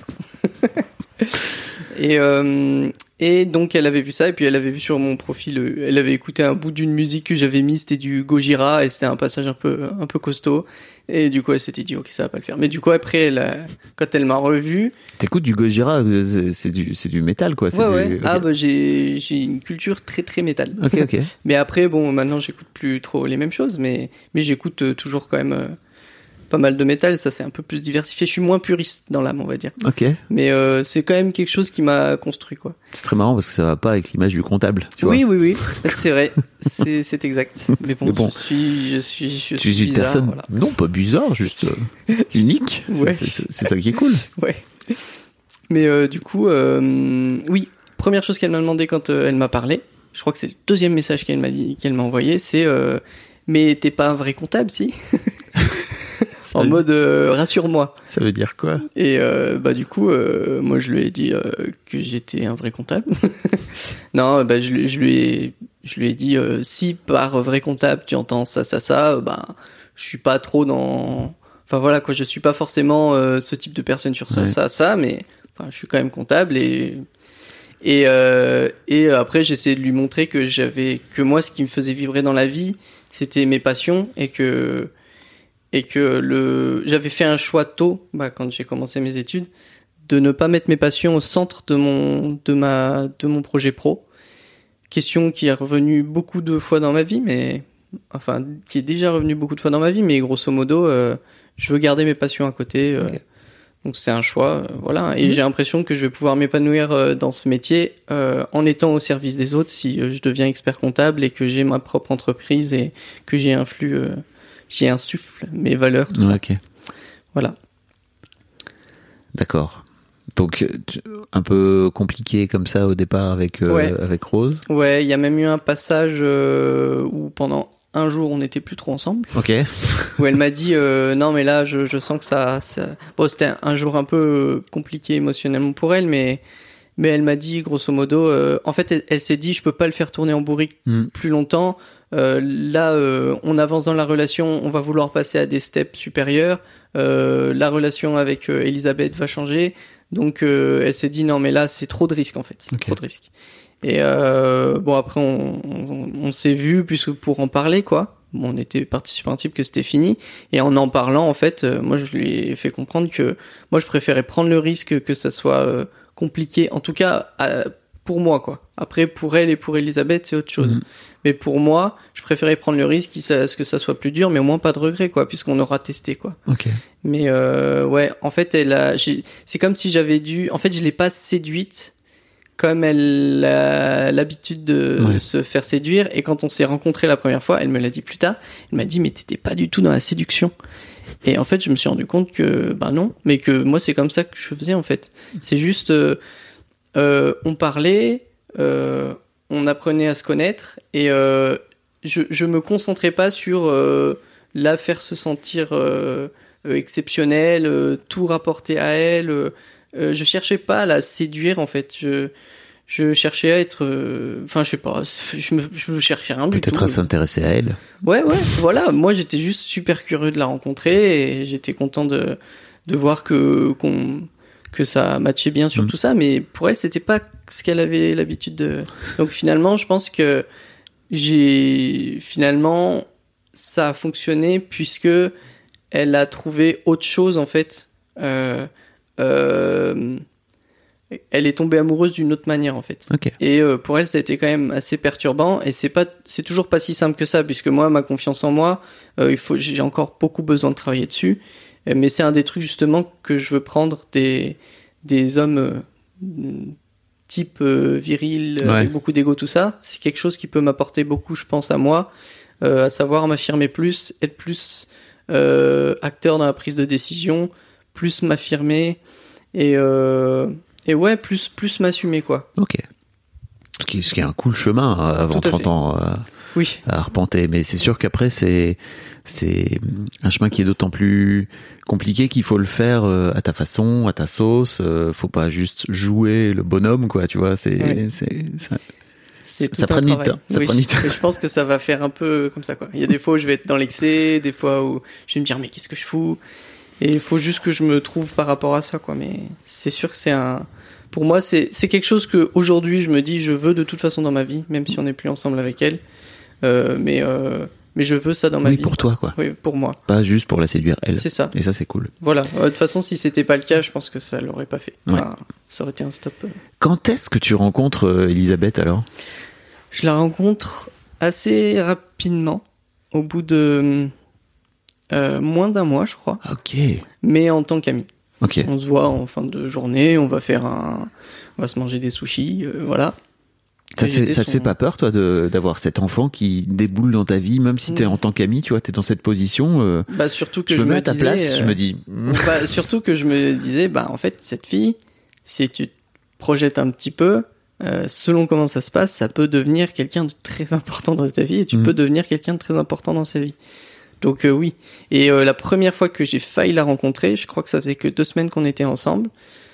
et, euh, et donc, elle avait vu ça, et puis elle avait vu sur mon profil, elle avait écouté un bout d'une musique que j'avais mis, c'était du Gojira, et c'était un passage un peu, un peu costaud. Et du coup, elle s'était dit, ok, ça va pas le faire. Mais du coup, après, elle a, quand elle m'a revu. T'écoutes du Gojira, c'est, c'est du, c'est du métal, quoi. C'est ouais, du... ouais. Okay. Ah, bah, j'ai, j'ai une culture très, très métal. Ok, ok. Mais après, bon, maintenant, j'écoute plus trop les mêmes choses, mais, mais j'écoute euh, toujours quand même euh, pas mal de métal. Ça, c'est un peu plus diversifié. Je suis moins puriste dans l'âme, on va dire. Ok. Mais euh, c'est quand même quelque chose qui m'a construit, quoi. C'est très marrant parce que ça va pas avec l'image du comptable, tu oui, vois. oui, oui. C'est vrai. C'est, c'est exact. Mais bon, Mais bon, je suis, je suis, je tu suis es une bizarre. personne, voilà. non, pas bizarre, juste euh, unique. Ouais. C'est, c'est, c'est ça qui est cool. Ouais. Mais euh, du coup, euh, oui. Première chose qu'elle m'a demandé quand euh, elle m'a parlé, je crois que c'est le deuxième message qu'elle m'a dit, qu'elle m'a envoyé, c'est euh, mais t'es pas un vrai comptable, si? En mode euh, rassure-moi. Ça veut dire quoi? Et euh, bah du coup, euh, moi je lui ai dit euh, que j'étais un vrai comptable. non, bah je, je lui ai, je lui ai dit euh, si par vrai comptable tu entends ça, ça, ça, bah je suis pas trop dans. Enfin voilà quoi, je suis pas forcément euh, ce type de personne sur ça, ouais. ça, ça, mais enfin je suis quand même comptable et et euh, et après j'essayais de lui montrer que j'avais que moi ce qui me faisait vibrer dans la vie, c'était mes passions et que et que le j'avais fait un choix tôt, bah quand j'ai commencé mes études, de ne pas mettre mes passions au centre de mon de ma de mon projet pro. Question qui est revenue beaucoup de fois dans ma vie, mais enfin qui est déjà revenue beaucoup de fois dans ma vie, mais grosso modo, euh, je veux garder mes passions à côté. Euh, okay. Donc c'est un choix, euh, voilà. Et mmh. j'ai l'impression que je vais pouvoir m'épanouir euh, dans ce métier euh, en étant au service des autres si euh, je deviens expert comptable et que j'ai ma propre entreprise et que j'ai un flux. Euh, J'y insuffle mes valeurs, tout ça. Ok. Voilà. D'accord. Donc, un peu compliqué comme ça au départ avec, euh, ouais. avec Rose. Ouais, il y a même eu un passage euh, où pendant un jour, on n'était plus trop ensemble. Ok. Où elle m'a dit euh, non, mais là, je, je sens que ça, ça. Bon, c'était un jour un peu compliqué émotionnellement pour elle, mais mais elle m'a dit grosso modo. Euh, en fait, elle, elle s'est dit, je peux pas le faire tourner en bourrique mm. plus longtemps. Euh, là, euh, on avance dans la relation, on va vouloir passer à des steps supérieurs. Euh, la relation avec euh, Elisabeth va changer. Donc, euh, elle s'est dit non, mais là, c'est trop de risques en fait, c'est okay. trop de risques. Et euh, bon, après, on, on, on s'est vu puisque pour en parler, quoi. Bon, on était parti sur un principe que c'était fini. Et en en parlant, en fait, euh, moi, je lui ai fait comprendre que moi, je préférais prendre le risque que ça soit euh, compliqué. En tout cas, euh, pour moi, quoi. Après, pour elle et pour Elisabeth, c'est autre chose. Mmh. Mais pour moi, je préférais prendre le risque que ça soit plus dur, mais au moins pas de regret, quoi, puisqu'on aura testé, quoi. Okay. Mais euh, ouais, en fait, elle a, j'ai, c'est comme si j'avais dû. En fait, je l'ai pas séduite comme elle a l'habitude de ouais. se faire séduire. Et quand on s'est rencontrés la première fois, elle me l'a dit plus tard. Elle m'a dit, mais t'étais pas du tout dans la séduction. Et en fait, je me suis rendu compte que, bah non, mais que moi, c'est comme ça que je faisais, en fait. C'est juste, euh, euh, on parlait. Euh, on apprenait à se connaître et euh, je je me concentrais pas sur euh, la faire se sentir euh, euh, exceptionnelle, euh, tout rapporter à elle. Euh, euh, je cherchais pas à la séduire en fait. Je je cherchais à être, enfin euh, je sais pas, je me je cherchais rien du tout. Peut-être à s'intéresser à elle. Ouais ouais, voilà. Moi j'étais juste super curieux de la rencontrer et j'étais content de de voir que qu'on que ça matchait bien sur mmh. tout ça, mais pour elle, c'était pas ce qu'elle avait l'habitude de... Donc finalement, je pense que j'ai... Finalement, ça a fonctionné puisque elle a trouvé autre chose, en fait. Euh... Euh... Elle est tombée amoureuse d'une autre manière, en fait. Okay. Et euh, pour elle, ça a été quand même assez perturbant, et c'est pas, c'est toujours pas si simple que ça, puisque moi, ma confiance en moi, euh, il faut, j'ai encore beaucoup besoin de travailler dessus. Mais c'est un des trucs justement que je veux prendre des, des hommes euh, type euh, viril, ouais. avec beaucoup d'ego, tout ça. C'est quelque chose qui peut m'apporter beaucoup, je pense, à moi, euh, à savoir m'affirmer plus, être plus euh, acteur dans la prise de décision, plus m'affirmer et, euh, et ouais, plus, plus m'assumer, quoi. Ok. Ce qui, ce qui est un cool chemin avant trente ans euh, oui. à arpenter. Mais c'est sûr qu'après, c'est... c'est un chemin qui est d'autant plus compliqué qu'il faut le faire à ta façon, à ta sauce. Faut pas juste jouer le bonhomme, quoi. Tu vois, c'est, ouais. c'est, ça, c'est ça prend du temps. Ça oui. prend du temps. Je pense que ça va faire un peu comme ça, quoi. Il y a des fois où je vais être dans l'excès, des fois où je vais me dire mais qu'est-ce que je fous. Et il faut juste que je me trouve par rapport à ça, quoi. Mais c'est sûr que c'est un, pour moi, c'est c'est quelque chose que aujourd'hui je me dis je veux de toute façon dans ma vie, même si on n'est plus ensemble avec elle. Euh, mais euh, Mais je veux ça dans ma oui, vie. Oui, pour toi, quoi. Oui, pour moi. Pas juste pour la séduire, elle. C'est ça. Et ça, c'est cool. Voilà. De toute façon, si c'était pas le cas, je pense que ça l'aurait pas fait. Enfin, ouais. Ça aurait été un stop. Quand est-ce que tu rencontres euh, Elisabeth, alors ? Je la rencontre assez rapidement, au bout de euh, moins d'un mois, je crois. Ok. Mais en tant qu'ami. Ok. On se voit en fin de journée, on va faire un... On va se manger des sushis, euh, voilà. Ça, te fait, ça son... te fait pas peur, toi, de, d'avoir cet enfant qui déboule dans ta vie, même si t'es mmh. en tant qu'ami, tu vois, t'es dans cette position. Euh, bah surtout que je, je me mets me à ta disais, place, euh, je me dis. bah surtout que je me disais, bah en fait, cette fille, si tu te projettes un petit peu, euh, selon comment ça se passe, ça peut devenir quelqu'un de très important dans ta vie, et tu mmh. peux devenir quelqu'un de très important dans sa vie. Donc euh, oui. Et euh, la première fois que j'ai failli la rencontrer, je crois que ça faisait que deux semaines qu'on était ensemble.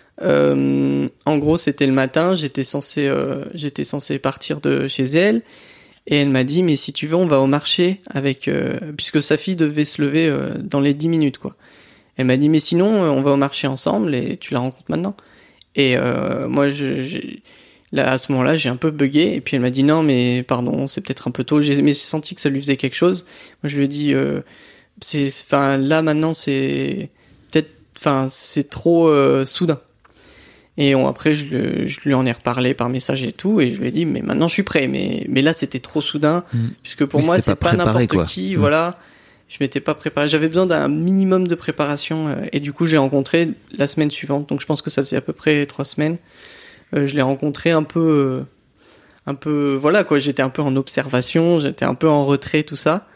Euh, en gros, c'était le matin, j'étais censé, euh, j'étais censé partir de chez elle, et elle m'a dit, mais si tu veux, on va au marché avec, euh, puisque sa fille devait se lever euh, dans les dix minutes, quoi. Elle m'a dit, mais sinon, euh, on va au marché ensemble et tu la rencontres maintenant. Et euh, moi, je, j'ai, là, à ce moment-là, j'ai un peu bugué, et puis elle m'a dit, non, mais pardon, c'est peut-être un peu tôt. J'ai, mais j'ai senti que ça lui faisait quelque chose. Moi, je lui ai dit, euh, c'est, enfin, là maintenant, c'est peut-être, enfin, c'est trop euh, soudain. Et on, après, je, le, je lui en ai reparlé par message et tout, et je lui ai dit, mais maintenant je suis prêt. Mais, mais là, c'était trop soudain, mmh. puisque pour oui, moi, c'est pas, pas n'importe quoi. qui. Mmh. Voilà, je m'étais pas préparé. J'avais besoin d'un minimum de préparation, euh, et du coup, j'ai rencontré la semaine suivante. Donc, je pense que ça faisait à peu près trois semaines. Euh, je l'ai rencontré un peu, euh, un peu, voilà quoi. J'étais un peu en observation, j'étais un peu en retrait, tout ça.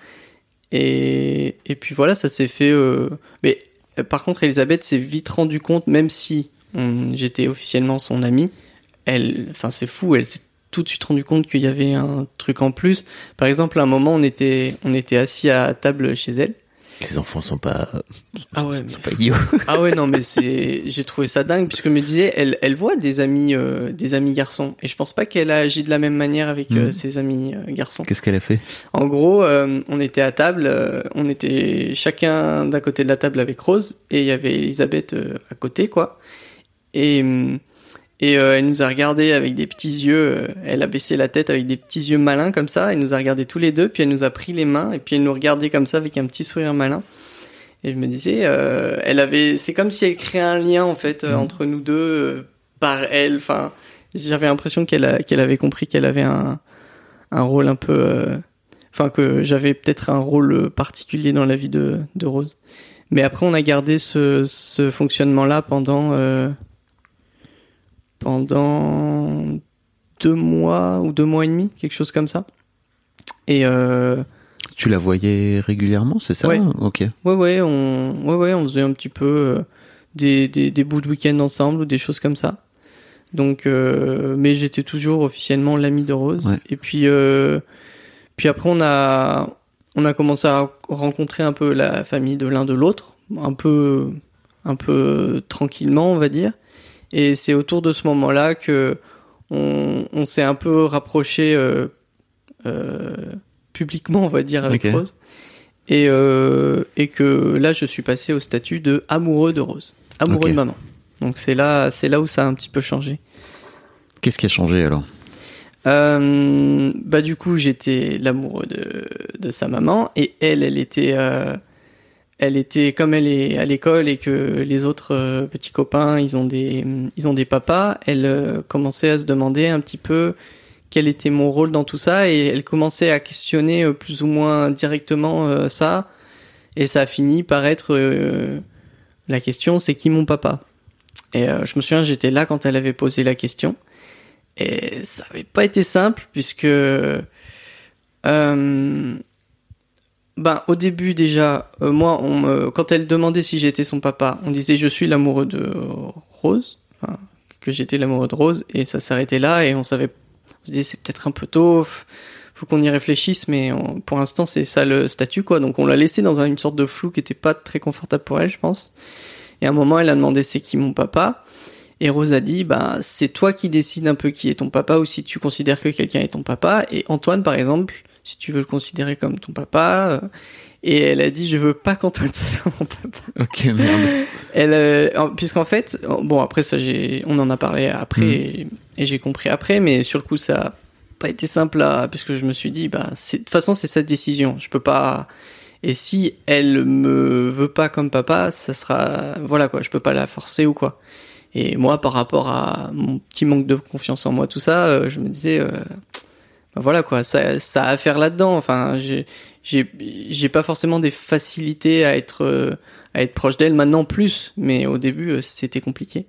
Et, et puis voilà, ça s'est fait. Euh... Mais euh, par contre, Elisabeth s'est vite rendu compte, même si On, j'étais officiellement son amie. Elle, enfin c'est fou, elle s'est tout de suite rendu compte qu'il y avait un truc en plus. Par exemple, à un moment, on était, on était assis à table chez elle. Les enfants sont pas, ah ouais, mais... sont pas idiots. Ah ouais, non, mais c'est, j'ai trouvé ça dingue, puisque me disait, elle, elle voit des amis, euh, des amis garçons, et je pense pas qu'elle a agi de la même manière avec mmh. euh, ses amis euh, garçons. Qu'est-ce qu'elle a fait? En gros, euh, on était à table, euh, on était chacun d'un côté de la table avec Rose, et il y avait Elisabeth euh, à côté, quoi. Et et euh, elle nous a regardé avec des petits yeux, euh, elle a baissé la tête avec des petits yeux malins comme ça, elle nous a regardé tous les deux, puis elle nous a pris les mains, et puis elle nous regardait comme ça avec un petit sourire malin. Et je me disais, euh, elle avait, c'est comme si elle créait un lien en fait euh, mmh. entre nous deux euh, par elle. Enfin, j'avais l'impression qu'elle a, qu'elle avait compris qu'elle avait un un rôle un peu, euh, enfin que j'avais peut-être un rôle particulier dans la vie de de Rose. Mais après, on a gardé ce ce fonctionnement là pendant euh, pendant deux mois ou deux mois et demi, quelque chose comme ça. Et euh, tu la voyais régulièrement, c'est ça? Ouais. Ok. Ouais, ouais, on, ouais, ouais, on faisait un petit peu euh, des, des, des bouts de week-end ensemble ou des choses comme ça. Donc, euh, mais j'étais toujours officiellement l'ami de Rose. Ouais. Et puis, euh, puis après, on a, on a commencé à rencontrer un peu la famille de l'un de l'autre, un peu, un peu tranquillement, on va dire. Et c'est autour de ce moment-là que on, on s'est un peu rapproché. Euh, euh, publiquement, on va dire, avec okay. Rose. Et, euh, et que là, je suis passé au statut de amoureux de Rose. Amoureux okay. de maman. Donc c'est là, c'est là où ça a un petit peu changé. Qu'est-ce qui a changé alors? euh, Bah du coup, j'étais l'amoureux de, de sa maman. Et elle, elle était... Euh, elle était, comme elle est à l'école et que les autres euh, petits copains, ils ont des, ils ont des papas, elle euh, commençait à se demander un petit peu quel était mon rôle dans tout ça, et elle commençait à questionner euh, plus ou moins directement euh, ça, et ça a fini par être euh, la question, c'est qui mon papa? Et euh, je me souviens, j'étais là quand elle avait posé la question, et ça avait pas été simple, puisque euh, ben, au début déjà, euh, moi, on me, quand elle demandait si j'étais son papa, on disait je suis l'amoureux de Rose, enfin, que j'étais l'amoureux de Rose, et ça s'arrêtait là, et on savait, on se disait c'est peut-être un peu tôt, faut qu'on y réfléchisse, mais on, pour l'instant c'est ça le statut, quoi. Donc on l'a laissé dans une sorte de flou qui était pas très confortable pour elle, je pense. Et à un moment, elle a demandé c'est qui mon papa, et Rose a dit bah c'est toi qui décides un peu qui est ton papa, ou si tu considères que quelqu'un est ton papa. Et Antoine, par exemple, si tu veux le considérer comme ton papa, euh, et elle a dit je veux pas qu'Antoine ça soit mon papa. Ok, merde. Elle, euh, puisqu'en fait, bon après ça j'ai, on en a parlé après, mmh. et, et j'ai compris après, mais sur le coup ça a pas été simple là, puisque je me suis dit bah c'est, de toute façon c'est sa décision, je peux pas. Et si elle me veut pas comme papa, ça sera, voilà quoi, je peux pas la forcer ou quoi. Et moi, par rapport à mon petit manque de confiance en moi, tout ça, euh, je me disais, euh, ben voilà quoi, ça, ça a à faire là-dedans. Enfin, j'ai, j'ai, j'ai pas forcément des facilités à être, euh, à être proche d'elle maintenant plus, mais au début, euh, c'était compliqué.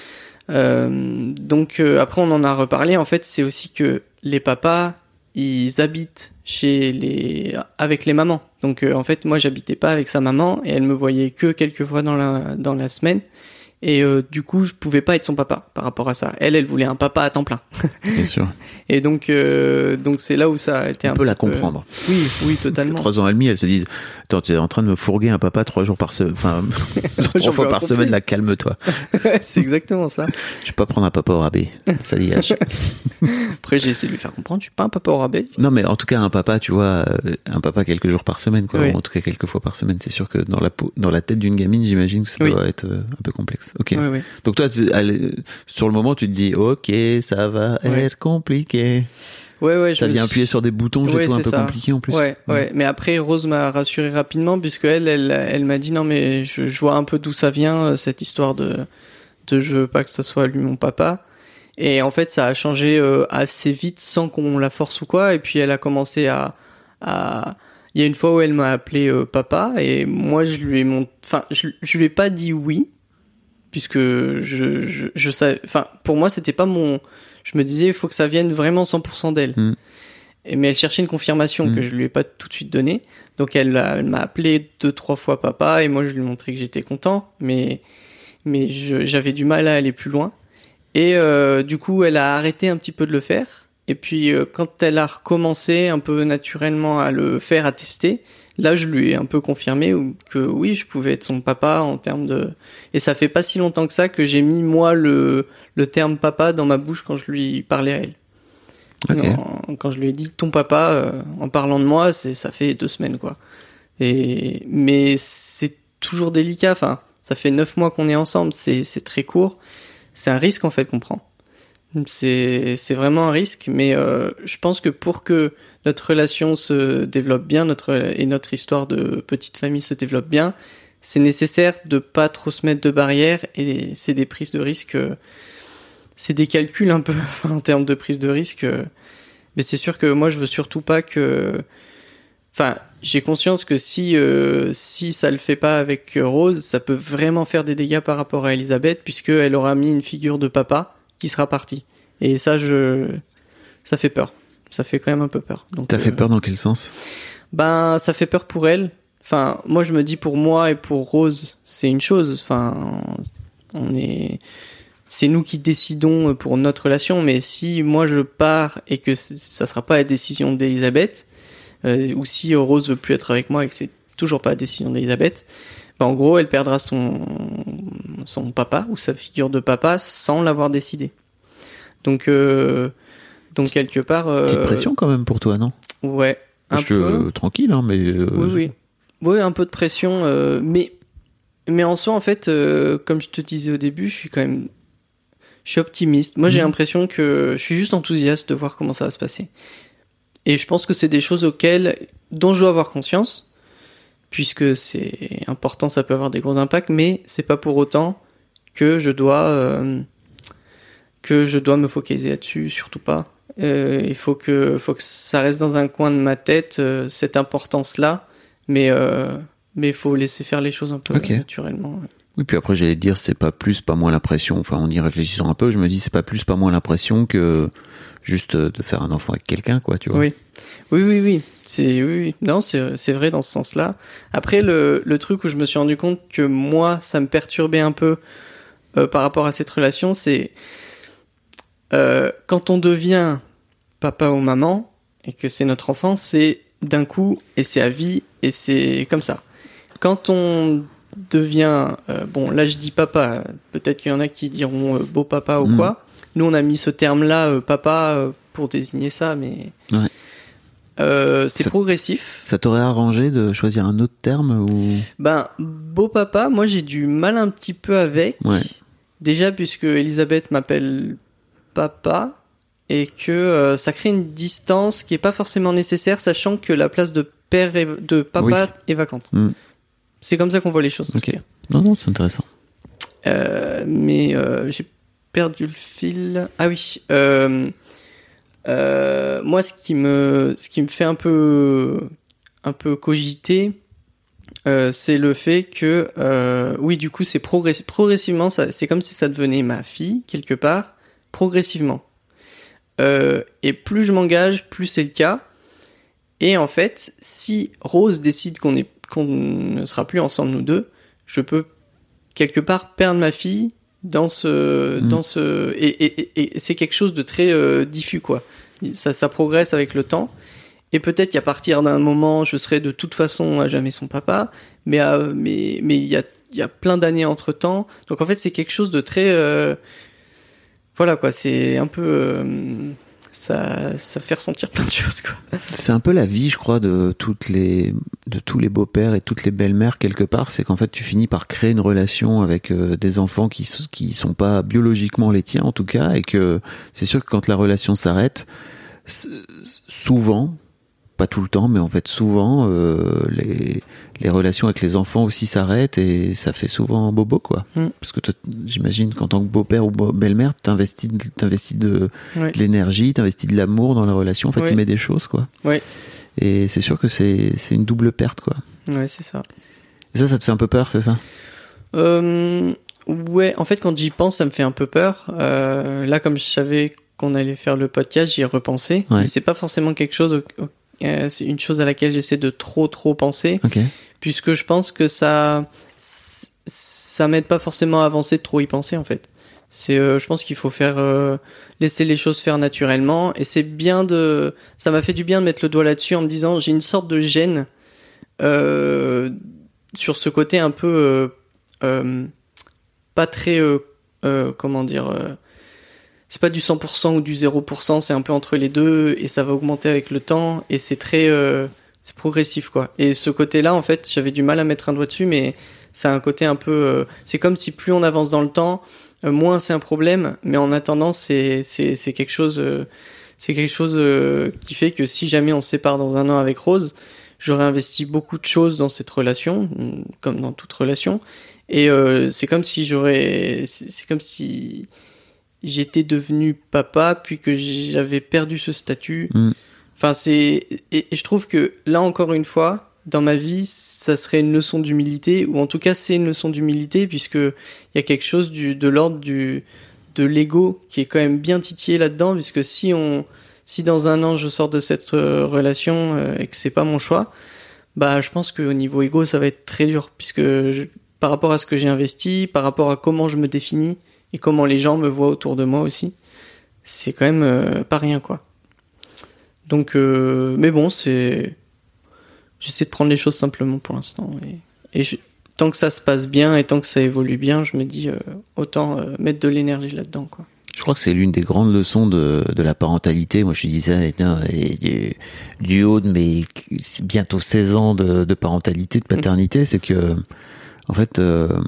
Euh, donc euh, après, on en a reparlé. En fait, c'est aussi que les papas, ils habitent chez les, avec les mamans. Donc euh, en fait, moi, j'habitais pas avec sa maman et elle me voyait que quelques fois dans la, dans la semaine. Et euh, du coup, je pouvais pas être son papa par rapport à ça. Elle, elle voulait un papa à temps plein. Bien sûr. Et donc, euh, donc c'est là où ça a été un peu. On peut la comprendre. Euh... Oui, oui, totalement. Trois ans et demi, elles se disent, attends, tu es en train de me fourguer un papa trois jours par semaine, enfin, trois fois par semaine, là, calme-toi. C'est exactement ça. Je vais pas prendre un papa au rabais. Ça dégage. Après, j'ai essayé de lui faire comprendre, je suis pas un papa au rabais. Non, mais en tout cas, un papa, tu vois, un papa quelques jours par semaine, quoi. Oui. Ou en tout cas, quelques fois par semaine. C'est sûr que dans la peau, dans la tête d'une gamine, j'imagine que ça oui. doit être un peu complexe. Ok. Oui, oui. Donc toi, tu, allez, sur le moment, tu te dis, ok, ça va ouais. être compliqué. Ouais, ouais. Ça je vient me... appuyer sur des boutons, j'ai ouais, tout un peu ça. compliqué en plus. Ouais, ouais, ouais. Mais après, Rose m'a rassuré rapidement, puisque elle, elle, elle m'a dit non, mais je, je vois un peu d'où ça vient, cette histoire de, de je veux pas que ça soit lui mon papa. Et en fait, ça a changé euh, assez vite sans qu'on la force ou quoi. Et puis elle a commencé à, à... il y a une fois où elle m'a appelé euh, papa, et moi je lui ai mont... enfin, je, je lui ai pas dit oui, puisque je, je, je savais, enfin, pour moi c'était pas mon, je me disais il faut que ça vienne vraiment cent pour cent d'elle. Mm. Et, mais elle cherchait une confirmation mm. que je lui ai pas tout de suite donnée. Donc elle, a, elle m'a appelé deux trois fois papa, et moi je lui ai montré que j'étais content, mais mais je, j'avais du mal à aller plus loin. Et euh, du coup, elle a arrêté un petit peu de le faire. Et puis euh, quand elle a recommencé un peu naturellement à le faire, à tester, là je lui ai un peu confirmé que oui, je pouvais être son papa en termes de... Et ça fait pas si longtemps que ça que j'ai mis moi le, le terme papa dans ma bouche quand je lui parlais à elle. Okay. Non, quand je lui ai dit ton papa euh, en parlant de moi, c'est ça fait deux semaines quoi. Et mais c'est toujours délicat. Enfin, ça fait neuf mois qu'on est ensemble, c'est c'est très court. C'est un risque en fait qu'on prend. C'est c'est vraiment un risque, mais euh, je pense que pour que notre relation se développe bien, notre et notre histoire de petite famille se développe bien, c'est nécessaire de pas trop se mettre de barrières et c'est des prises de risque. Euh, C'est des calculs un peu en termes de prise de risque, mais c'est sûr que moi je veux surtout pas que, enfin j'ai conscience que si euh, si ça le fait pas avec Rose, ça peut vraiment faire des dégâts par rapport à Elisabeth puisque elle aura mis une figure de papa qui sera partie et ça je ça fait peur, ça fait quand même un peu peur. Donc t'as euh, fait peur dans quel sens? Ben ça fait peur pour elle. Enfin moi je me dis pour moi et pour Rose c'est une chose. Enfin on est c'est nous qui décidons pour notre relation, mais si moi je pars et que ça sera pas la décision d'Elisabeth, euh, ou si Rose veut plus être avec moi et que c'est toujours pas la décision d'Elisabeth, ben en gros elle perdra son son papa ou sa figure de papa sans l'avoir décidé. Donc euh, donc quelque part. Euh, Petite pression quand même pour toi, non? Ouais. Un Je, peu. Euh, tranquille, hein, mais. Euh... Oui oui. Oui un peu de pression, euh, mais mais en soi en fait, euh, comme je te disais au début, je suis quand même Je suis optimiste. Moi, j'ai Mmh. l'impression que je suis juste enthousiaste de voir comment ça va se passer. Et je pense que c'est des choses auxquelles, dont je dois avoir conscience, puisque c'est important, ça peut avoir des gros impacts, mais c'est pas pour autant que je dois, euh, que je dois me focaliser là-dessus, surtout pas. Euh, il faut que, faut que ça reste dans un coin de ma tête, euh, cette importance-là, mais, euh, mais il faut laisser faire les choses un peu okay. naturellement. Oui, puis après, j'allais te dire, c'est pas plus, pas moins l'impression. Enfin, en y réfléchissant un peu, je me dis, c'est pas plus, pas moins l'impression que juste de faire un enfant avec quelqu'un, quoi, tu vois. Oui, oui, oui, oui. C'est, oui, oui. Non, c'est, c'est vrai dans ce sens-là. Après, le, le truc où je me suis rendu compte que moi, ça me perturbait un peu euh, par rapport à cette relation, c'est euh, quand on devient papa ou maman et que c'est notre enfant, c'est d'un coup et c'est à vie et c'est comme ça. Quand on devient euh, bon là je dis papa, peut-être qu'il y en a qui diront euh, beau papa ou mmh. quoi. Nous on a mis ce terme là euh, papa euh, pour désigner ça, mais ouais. euh, c'est ça, progressif. Ça t'aurait arrangé de choisir un autre terme ou... Ben beau papa, moi j'ai du mal un petit peu avec. Ouais. Déjà puisque Elisabeth m'appelle papa et que euh, ça crée une distance qui est pas forcément nécessaire, sachant que la place de père et de papa oui. est vacante. Mmh. C'est comme ça qu'on voit les choses. Ok. Non, non, c'est intéressant. Euh, mais euh, j'ai perdu le fil. Ah oui. Euh, euh, moi, ce qui me, ce qui me fait un peu, un peu cogiter, euh, c'est le fait que, euh, oui, du coup, c'est progress- progressivement, ça, c'est comme si ça devenait ma fille quelque part, progressivement. Euh, et plus je m'engage, plus c'est le cas. Et en fait, si Rose décide qu'on est qu'on ne sera plus ensemble nous deux, je peux quelque part perdre ma fille dans ce mmh. dans ce et, et, et c'est quelque chose de très euh, diffus quoi. Ça ça progresse avec le temps et peut-être qu'à partir d'un moment je serai de toute façon à jamais son papa, mais à, mais mais il y a il y a plein d'années entre temps. Donc en fait c'est quelque chose de très euh, voilà quoi. C'est un peu euh, ça ça fait ressentir plein de choses quoi. C'est un peu la vie je crois de toutes les de tous les beaux-pères et toutes les belles-mères quelque part, c'est qu'en fait tu finis par créer une relation avec euh, des enfants qui qui sont pas biologiquement les tiens en tout cas, et que c'est sûr que quand la relation s'arrête, souvent, pas tout le temps, mais en fait souvent euh, les les relations avec les enfants aussi s'arrêtent et ça fait souvent bobo quoi. Mm. Parce que toi, j'imagine qu'en tant que beau-père ou belle-mère, t'investis t'investis de, oui. de l'énergie, t'investis de l'amour dans la relation. En fait, oui. tu mets des choses quoi. Oui. Et c'est sûr que c'est c'est une double perte quoi. Ouais, c'est ça. Et ça, ça te fait un peu peur, c'est ça? Euh, ouais, en fait, quand j'y pense, ça me fait un peu peur. Euh, là, comme je savais qu'on allait faire le podcast, j'y ai repensé. Ouais. Mais c'est pas forcément quelque chose. Euh, c'est une chose à laquelle j'essaie de trop trop penser. Okay. Puisque je pense que ça ça m'aide pas forcément à avancer de trop y penser en fait. C'est, euh, je pense qu'il faut faire euh, laisser les choses faire naturellement. Et c'est bien de, ça m'a fait du bien de mettre le doigt là-dessus en me disant j'ai une sorte de gêne euh, sur ce côté un peu euh, euh, pas très, euh, euh, comment dire, euh, c'est pas du cent pour cent ou du zéro pour cent, c'est un peu entre les deux et ça va augmenter avec le temps et c'est très, euh, c'est progressif quoi. Et ce côté-là, en fait, j'avais du mal à mettre un doigt dessus, mais c'est un côté un peu, euh, c'est comme si plus on avance dans le temps, Euh, moins c'est un problème, mais en attendant c'est c'est c'est quelque chose euh, c'est quelque chose euh, qui fait que si jamais on se sépare dans un an avec Rose, j'aurais investi beaucoup de choses dans cette relation, comme dans toute relation, et euh, c'est comme si j'aurais c'est, c'est comme si j'étais devenu papa puis que j'avais perdu ce statut. Mm. Enfin c'est et, et je trouve que là encore une fois dans ma vie, ça serait une leçon d'humilité, ou en tout cas, c'est une leçon d'humilité, puisque il y a quelque chose du, de l'ordre du, de l'ego qui est quand même bien titillé là-dedans, puisque si on, si dans un an je sors de cette euh, relation euh, et que c'est pas mon choix, bah, je pense qu'au niveau ego, ça va être très dur, puisque je, par rapport à ce que j'ai investi, par rapport à comment je me définis et comment les gens me voient autour de moi aussi, c'est quand même euh, pas rien, quoi. Donc, euh, mais bon, c'est, j'essaie de prendre les choses simplement pour l'instant. Et, et je, tant que ça se passe bien et tant que ça évolue bien, je me dis euh, autant euh, mettre de l'énergie là-dedans, quoi. Je crois que c'est l'une des grandes leçons de, de la parentalité. Moi, je disais, et du, du haut de mes bientôt seize ans de, de parentalité, de paternité, mmh. c'est que, en fait, euh,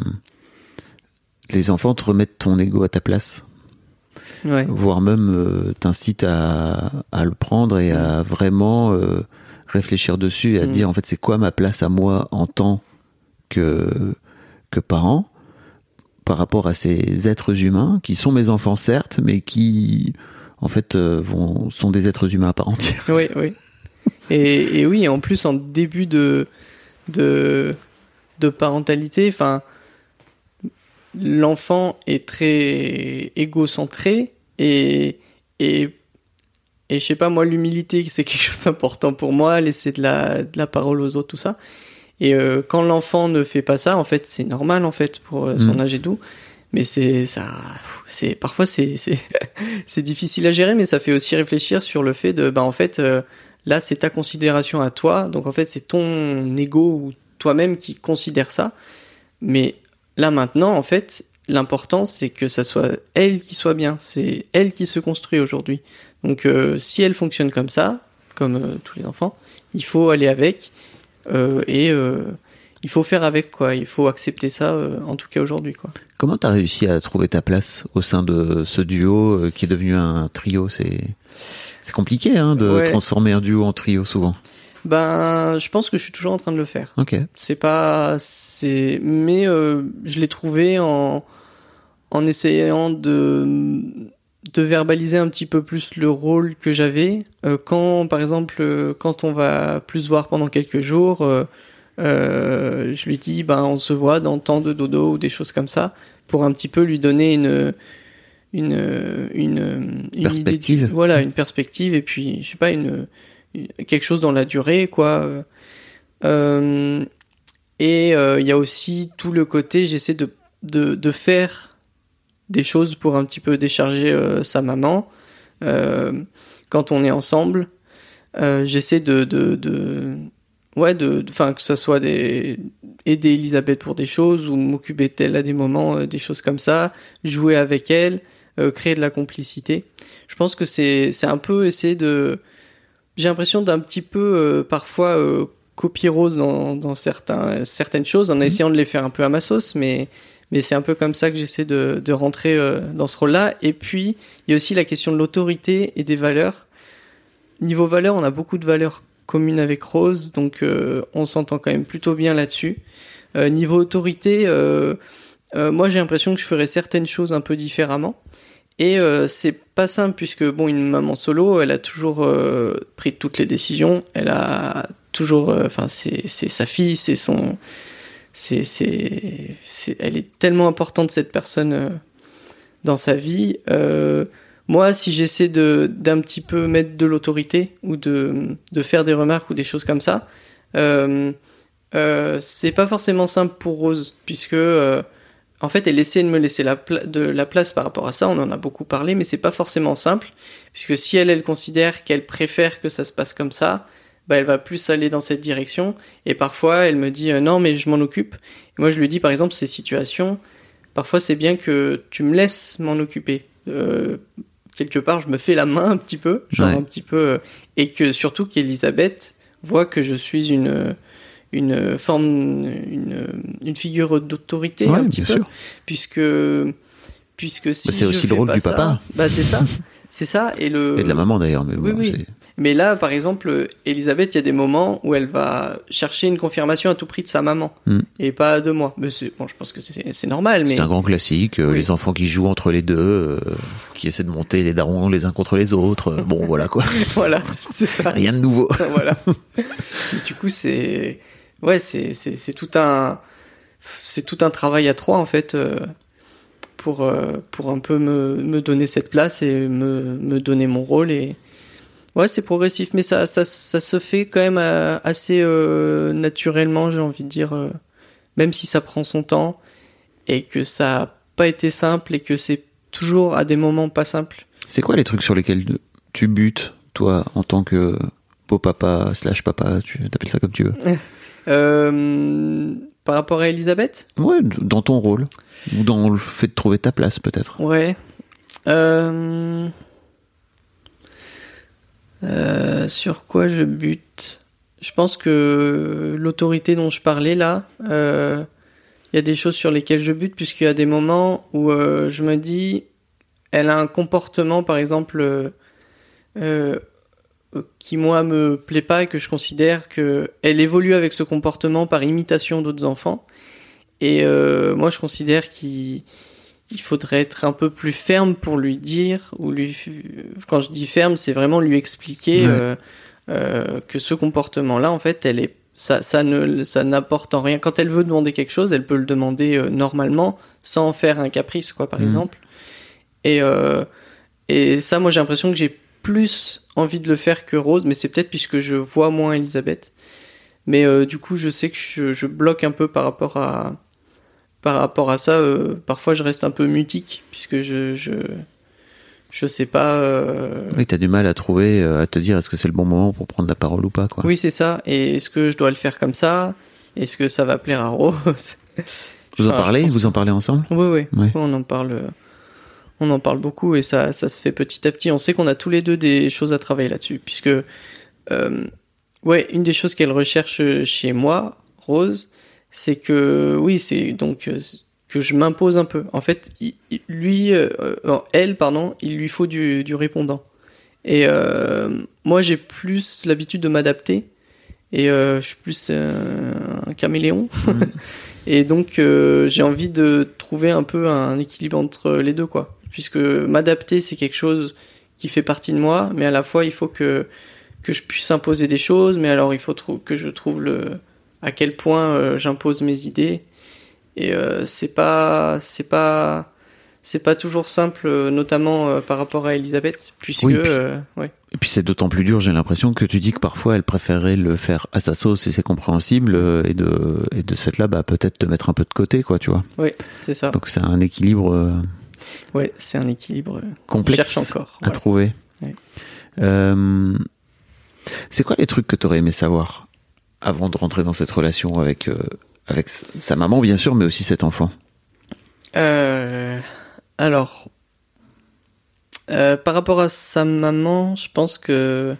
les enfants te remettent ton ego à ta place. Ouais. Voire même euh, t'incitent à, à le prendre et mmh. à vraiment... Euh, réfléchir dessus et à mmh. dire en fait c'est quoi ma place à moi en tant que que parent par rapport à ces êtres humains qui sont mes enfants certes mais qui en fait euh, vont sont des êtres humains à part entière. Oui oui. Et, et oui, en plus en début de de de parentalité, enfin l'enfant est très égocentré et et Et je sais pas, moi, l'humilité, c'est quelque chose d'important pour moi, laisser de la, de la parole aux autres, tout ça. Et euh, quand l'enfant ne fait pas ça, en fait, c'est normal, en fait, pour euh, son mmh. âge et tout. Mais c'est, ça, c'est, parfois, c'est, c'est, c'est difficile à gérer, mais ça fait aussi réfléchir sur le fait de, bah, en fait, euh, là, c'est ta considération à toi. Donc, en fait, c'est ton ego ou toi-même qui considère ça. Mais là, maintenant, en fait, l'important, c'est que ça soit elle qui soit bien. C'est elle qui se construit aujourd'hui. Donc euh, si elle fonctionne comme ça, comme euh, tous les enfants, il faut aller avec euh, et euh, il faut faire avec, quoi. Il faut accepter ça, euh, en tout cas aujourd'hui, quoi. Comment t'as réussi à trouver ta place au sein de ce duo euh, qui est devenu un trio? C'est c'est compliqué hein, de ouais. transformer un duo en trio souvent. Ben, je pense que je suis toujours en train de le faire. Ok. C'est pas, c'est, mais euh, je l'ai trouvé en en essayant de de verbaliser un petit peu plus le rôle que j'avais euh, quand par exemple euh, quand on va plus se voir pendant quelques jours euh, euh, je lui dis ben on se voit dans temps de dodo ou des choses comme ça pour un petit peu lui donner une une une, une perspective idée de, voilà une perspective et puis je sais pas une, une quelque chose dans la durée quoi euh, et il euh, y a aussi tout le côté j'essaie de de de faire des choses pour un petit peu décharger euh, sa maman euh, quand on est ensemble euh, j'essaie de de de ouais de enfin que ça soit des aider Elisabeth pour des choses ou m'occuper d'elle à des moments euh, des choses comme ça jouer avec elle euh, créer de la complicité je pense que c'est c'est un peu essayer de j'ai l'impression d'un petit peu euh, parfois euh, copier Rose dans dans certains certaines choses en mmh. essayant de les faire un peu à ma sauce mais Mais c'est un peu comme ça que j'essaie de, de rentrer euh, dans ce rôle-là. Et puis, il y a aussi la question de l'autorité et des valeurs. Niveau valeurs, on a beaucoup de valeurs communes avec Rose, donc euh, on s'entend quand même plutôt bien là-dessus. Euh, niveau autorité, euh, euh, moi j'ai l'impression que je ferais certaines choses un peu différemment. Et euh, c'est pas simple, puisque bon, une maman solo, elle a toujours euh, pris toutes les décisions. Elle a toujours... Enfin, euh, c'est, c'est sa fille, c'est son... C'est, c'est, c'est, elle est tellement importante cette personne euh, dans sa vie. Euh, moi, si j'essaie de d'un petit peu mettre de l'autorité ou de de faire des remarques ou des choses comme ça, euh, euh, c'est pas forcément simple pour Rose puisque euh, en fait, elle essaie de me laisser la, pla- de la place par rapport à ça. On en a beaucoup parlé, mais c'est pas forcément simple, puisque si elle, elle considère qu'elle préfère que ça se passe comme ça, bah, elle va plus aller dans cette direction. Et parfois, elle me dit euh, non, mais je m'en occupe. Et moi, je lui dis, par exemple, ces situations, parfois, c'est bien que tu me laisses m'en occuper. Euh, quelque part, je me fais la main un petit peu, genre Ouais. un petit peu, euh, et que surtout qu'Elisabeth voit que je suis une une forme, une, une figure d'autorité Ouais, un petit bien peu, sûr. puisque puisque si Bah, c'est je aussi le fais rôle pas du ça, papa. bah c'est ça, c'est ça, et le Et de la maman d'ailleurs. Mais oui, bon, oui. c'est- Mais là, par exemple, Elisabeth, il y a des moments où elle va chercher une confirmation à tout prix de sa maman Mm. et pas de moi. Mais c'est bon, je pense que c'est c'est normal, mais C'est un grand classique, euh, Oui. les enfants qui jouent entre les deux, euh, qui essaient de monter les darons les uns contre les autres. euh, bon, voilà quoi. voilà, c'est ça. Rien de nouveau. Voilà. Mais du coup, c'est ouais, c'est c'est c'est tout un c'est tout un travail à trois en fait euh, pour euh, pour un peu me me donner cette place et me me donner mon rôle et ouais, c'est progressif, mais ça ça ça se fait quand même euh, assez euh, naturellement, j'ai envie de dire, euh, même si ça prend son temps et que ça a pas été simple et que c'est toujours à des moments pas simples. C'est quoi les trucs sur lesquels tu butes, toi, en tant que beau papa slash papa, tu t'appelles ça comme tu veux? Euh, par rapport à Elisabeth? Ouais, dans ton rôle. Ou dans le fait de trouver ta place, peut-être. Ouais. Euh... Euh, sur quoi je bute? Je pense que l'autorité dont je parlais là, euh, il y a des choses sur lesquelles je bute, puisqu'il y a des moments où euh, je me dis, elle a un comportement, par exemple, euh, euh, qui moi me plaît pas et que je considère que elle évolue avec ce comportement par imitation d'autres enfants. Et euh, moi, je considère qu'il il faudrait être un peu plus ferme pour lui dire, ou lui, quand je dis ferme, c'est vraiment lui expliquer Ouais. euh, euh, que ce comportement-là, en fait, elle est, ça, ça ne, ça n'apporte en rien. Quand elle veut demander quelque chose, elle peut le demander euh, normalement, sans en faire un caprice, quoi, par Mhm. exemple. Et euh, et ça, moi, j'ai l'impression que j'ai plus envie de le faire que Rose, mais c'est peut-être puisque je vois moins Elisabeth. Mais euh, du coup, je sais que je, je bloque un peu par rapport à par rapport à ça. Euh, parfois, je reste un peu mutique puisque je je je sais pas. Euh... Oui, t'as du mal à trouver, euh, à te dire est-ce que c'est le bon moment pour prendre la parole ou pas, quoi. Oui, c'est ça. Et est-ce que je dois le faire comme ça? Est-ce que ça va plaire à Rose? Vous en Enfin, je parlez? pense- Vous en parlez ensemble? Oui, oui. Ouais. On en parle. euh, On en parle beaucoup et ça, ça se fait petit à petit. On sait qu'on a tous les deux des choses à travailler là-dessus, puisque euh, ouais, une des choses qu'elle recherche chez moi, Rose, c'est que oui, c'est donc euh, que je m'impose un peu. En fait, il, il- lui, euh, non, elle, pardon, il lui faut du, du répondant. Et euh, moi, j'ai plus l'habitude de m'adapter et euh, je suis plus euh, un caméléon. Et donc, euh, j'ai envie de trouver un peu un équilibre entre les deux, quoi. Puisque m'adapter, c'est quelque chose qui fait partie de moi, mais à la fois, il faut que, que je puisse imposer des choses, mais alors il faut trou- que je trouve le, à quel point euh, j'impose mes idées. Et euh, c'est pas, c'est pas, c'est pas toujours simple, euh, notamment euh, par rapport à Elisabeth, puisque, Oui, puis- euh, ouais. Et puis c'est d'autant plus dur, j'ai l'impression, que tu dis que parfois elle préférait le faire à sa sauce et c'est compréhensible, euh, et de, et de ce fait-là, bah, peut-être te mettre un peu de côté, quoi, tu vois. Ouais, c'est ça. Donc c'est un équilibre euh, Ouais, c'est un équilibre. euh, complexe On cherche encore. à voilà. trouver. Ouais. Euh, c'est quoi les trucs que tu aurais aimé savoir avant de rentrer dans cette relation avec, euh, avec s- sa maman, bien sûr, mais aussi cet enfant? Euh, alors, euh, par rapport à sa maman, je pense que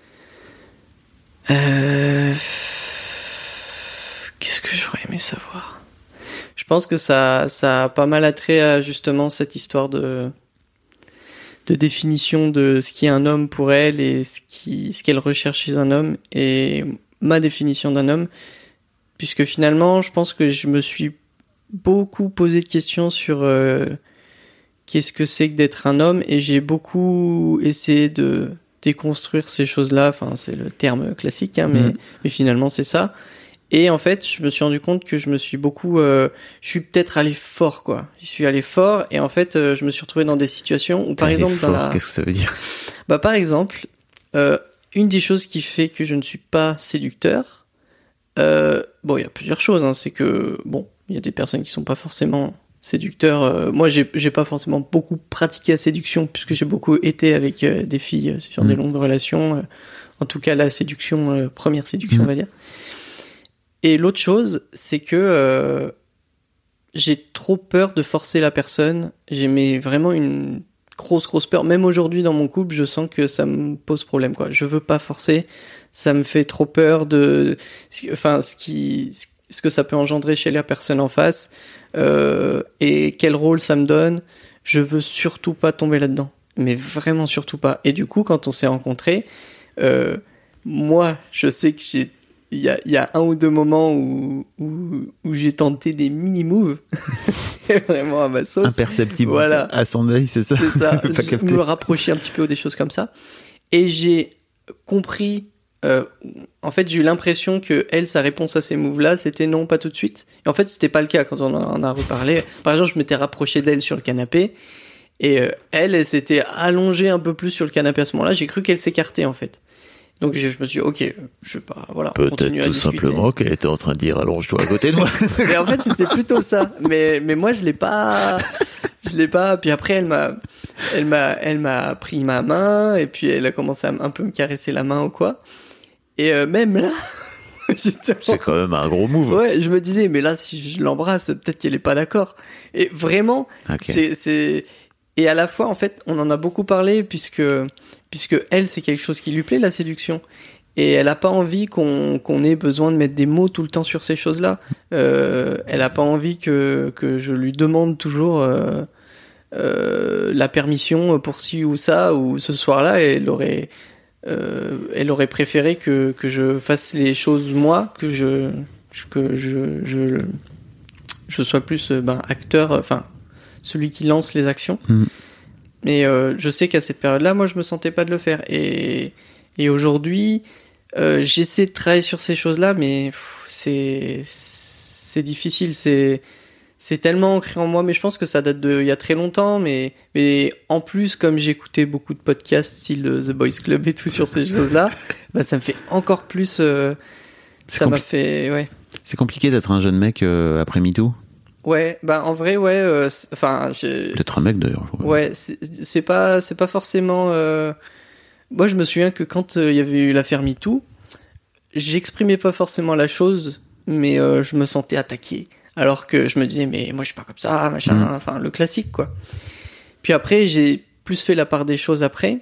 euh, qu'est-ce que j'aurais aimé savoir? Je pense que ça, ça a pas mal attrait à justement cette histoire de de définition de ce qui est un homme pour elle et ce qui, ce qu'elle recherche chez un homme et ma définition d'un homme, puisque finalement, je pense que je me suis beaucoup posé de questions sur euh, qu'est-ce que c'est que d'être un homme et j'ai beaucoup essayé de déconstruire ces choses-là. Enfin, c'est le terme classique, hein, mais, Mhm. mais finalement c'est ça. Et en fait, je me suis rendu compte que je me suis beaucoup, euh, je suis peut-être allé fort, quoi. Je suis allé fort et en fait, euh, je me suis retrouvé dans des situations où, par T'es allé exemple, dans fort, la, Qu'est-ce que ça veut dire? bah, par exemple, euh, une des choses qui fait que je ne suis pas séducteur, euh, bon, il y a plusieurs choses, hein, c'est que, bon, il y a des personnes qui sont pas forcément séducteur. Euh, moi, j'ai, j'ai pas forcément beaucoup pratiqué la séduction puisque j'ai beaucoup été avec euh, des filles sur mmh. des longues relations. Euh, en tout cas, la séduction, euh, première séduction, mmh. on va dire. Et l'autre chose, c'est que euh, j'ai trop peur de forcer la personne. J'ai mais vraiment une grosse, grosse peur. Même aujourd'hui, dans mon couple, je sens que ça me pose problème, quoi. Je veux pas forcer. Ça me fait trop peur de, enfin, ce qui, ce que ça peut engendrer chez la personne en face, euh, et quel rôle ça me donne. Je veux surtout pas tomber là-dedans. Mais vraiment surtout pas. Et du coup, quand on s'est rencontrés, euh, moi, je sais que j'ai, il y a, il y a un ou deux moments où, où, où j'ai tenté des mini-moves. Vraiment à ma sauce. Imperceptible. Voilà. À son œil, c'est ça. C'est ça. Je me rapprochais un petit peu des choses comme ça. Et j'ai compris, euh, en fait, j'ai eu l'impression que elle, sa réponse à ces moves-là, c'était non, pas tout de suite. Et en fait, c'était pas le cas quand on en a reparlé. Par exemple, je m'étais rapproché d'elle sur le canapé. Et euh, elle, elle s'était allongée un peu plus sur le canapé à ce moment-là. J'ai cru qu'elle s'écartait, en fait. Donc je me suis dit, ok, je vais pas, voilà, peut-être continuer à tout discuter. simplement qu'elle était en train de dire, allonge-toi à côté de moi. Mais en fait, c'était plutôt ça. Mais mais moi, je l'ai pas, je l'ai pas. Puis après, elle m'a, elle m'a, elle m'a pris ma main et puis elle a commencé à un peu me caresser la main ou quoi. Et euh, même là, j'étais... c'est quand même un gros move. Ouais, je me disais, mais là, si je l'embrasse, peut-être qu'elle est pas d'accord. Et vraiment, okay. c'est c'est et à la fois, en fait, on en a beaucoup parlé puisque puisque elle, c'est quelque chose qui lui plaît, la séduction. Et elle a pas envie qu'on, qu'on ait besoin de mettre des mots tout le temps sur ces choses-là. Euh, elle a pas envie que, que je lui demande toujours euh, euh, la permission pour ci ou ça, ou ce soir-là, elle aurait, euh, elle aurait préféré que, que je fasse les choses moi, que je, que je, je, je sois plus ben, acteur, enfin, celui qui lance les actions. Mmh. Mais euh, je sais qu'à cette période-là, moi, je me sentais pas de le faire. Et, et aujourd'hui, euh, j'essaie de travailler sur ces choses-là, mais pff, c'est, c'est difficile. C'est, c'est tellement ancré en moi. Mais je pense que ça date de il y a très longtemps. Mais, mais en plus, comme j'écoutais beaucoup de podcasts, style The Boys Club et tout sur ces choses-là, bah, ça me fait encore plus. Euh, ça compli- m'a fait, ouais. C'est compliqué d'être un jeune mec euh, après MeToo. Ouais, bah en vrai, ouais. Enfin, euh, peut-être un mec d'ailleurs. Je crois. Ouais, c'est, c'est pas, c'est pas forcément. Euh... Moi, je me souviens que quand il euh, y avait eu l'affaire MeToo, j'exprimais pas forcément la chose, mais euh, je me sentais attaqué. Alors que je me disais, mais moi, je suis pas comme ça, machin. Mmh. Enfin, le classique, quoi. Puis après, j'ai plus fait la part des choses après,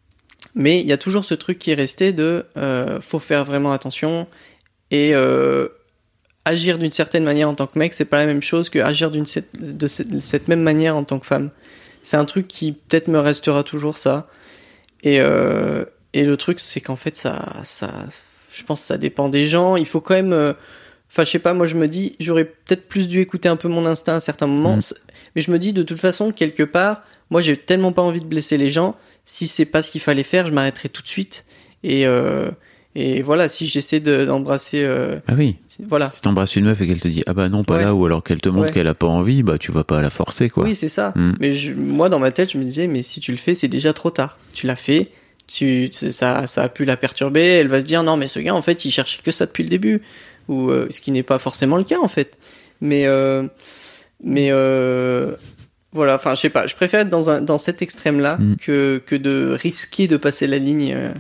mais il y a toujours ce truc qui est resté de, euh, faut faire vraiment attention et. Euh, agir d'une certaine manière en tant que mec, c'est pas la même chose que agir d'une de cette, cette même manière en tant que femme. C'est un truc qui peut-être me restera toujours ça. Et euh, et le truc, c'est qu'en fait, ça, ça, je pense que ça dépend des gens. Il faut quand même, enfin, euh, je sais pas, moi je me dis, j'aurais peut-être plus dû écouter un peu mon instinct à certains moments. Mmh. Mais je me dis, de toute façon, quelque part, moi j'ai tellement pas envie de blesser les gens. Si c'est pas ce qu'il fallait faire, je m'arrêterai tout de suite. Et euh, Et voilà, si j'essaie de, d'embrasser... Euh, ah oui, voilà. Si t'embrasses une meuf et qu'elle te dit « Ah bah non, pas ouais. là » ou alors qu'elle te montre ouais. qu'elle a pas envie, bah tu vas pas la forcer, quoi. Oui, c'est ça. Mm. Mais je, moi, dans ma tête, je me disais « Mais si tu le fais, c'est déjà trop tard. Tu l'as fait, tu, ça, ça a pu la perturber, elle va se dire « Non, mais ce gars, en fait, il cherchait que ça depuis le début. » Ou euh, ce qui n'est pas forcément le cas, en fait. Mais... Euh, mais euh, voilà, enfin, je sais pas. Je préfère être dans, un, dans cet extrême-là mm. que, que de risquer de passer la ligne... Euh,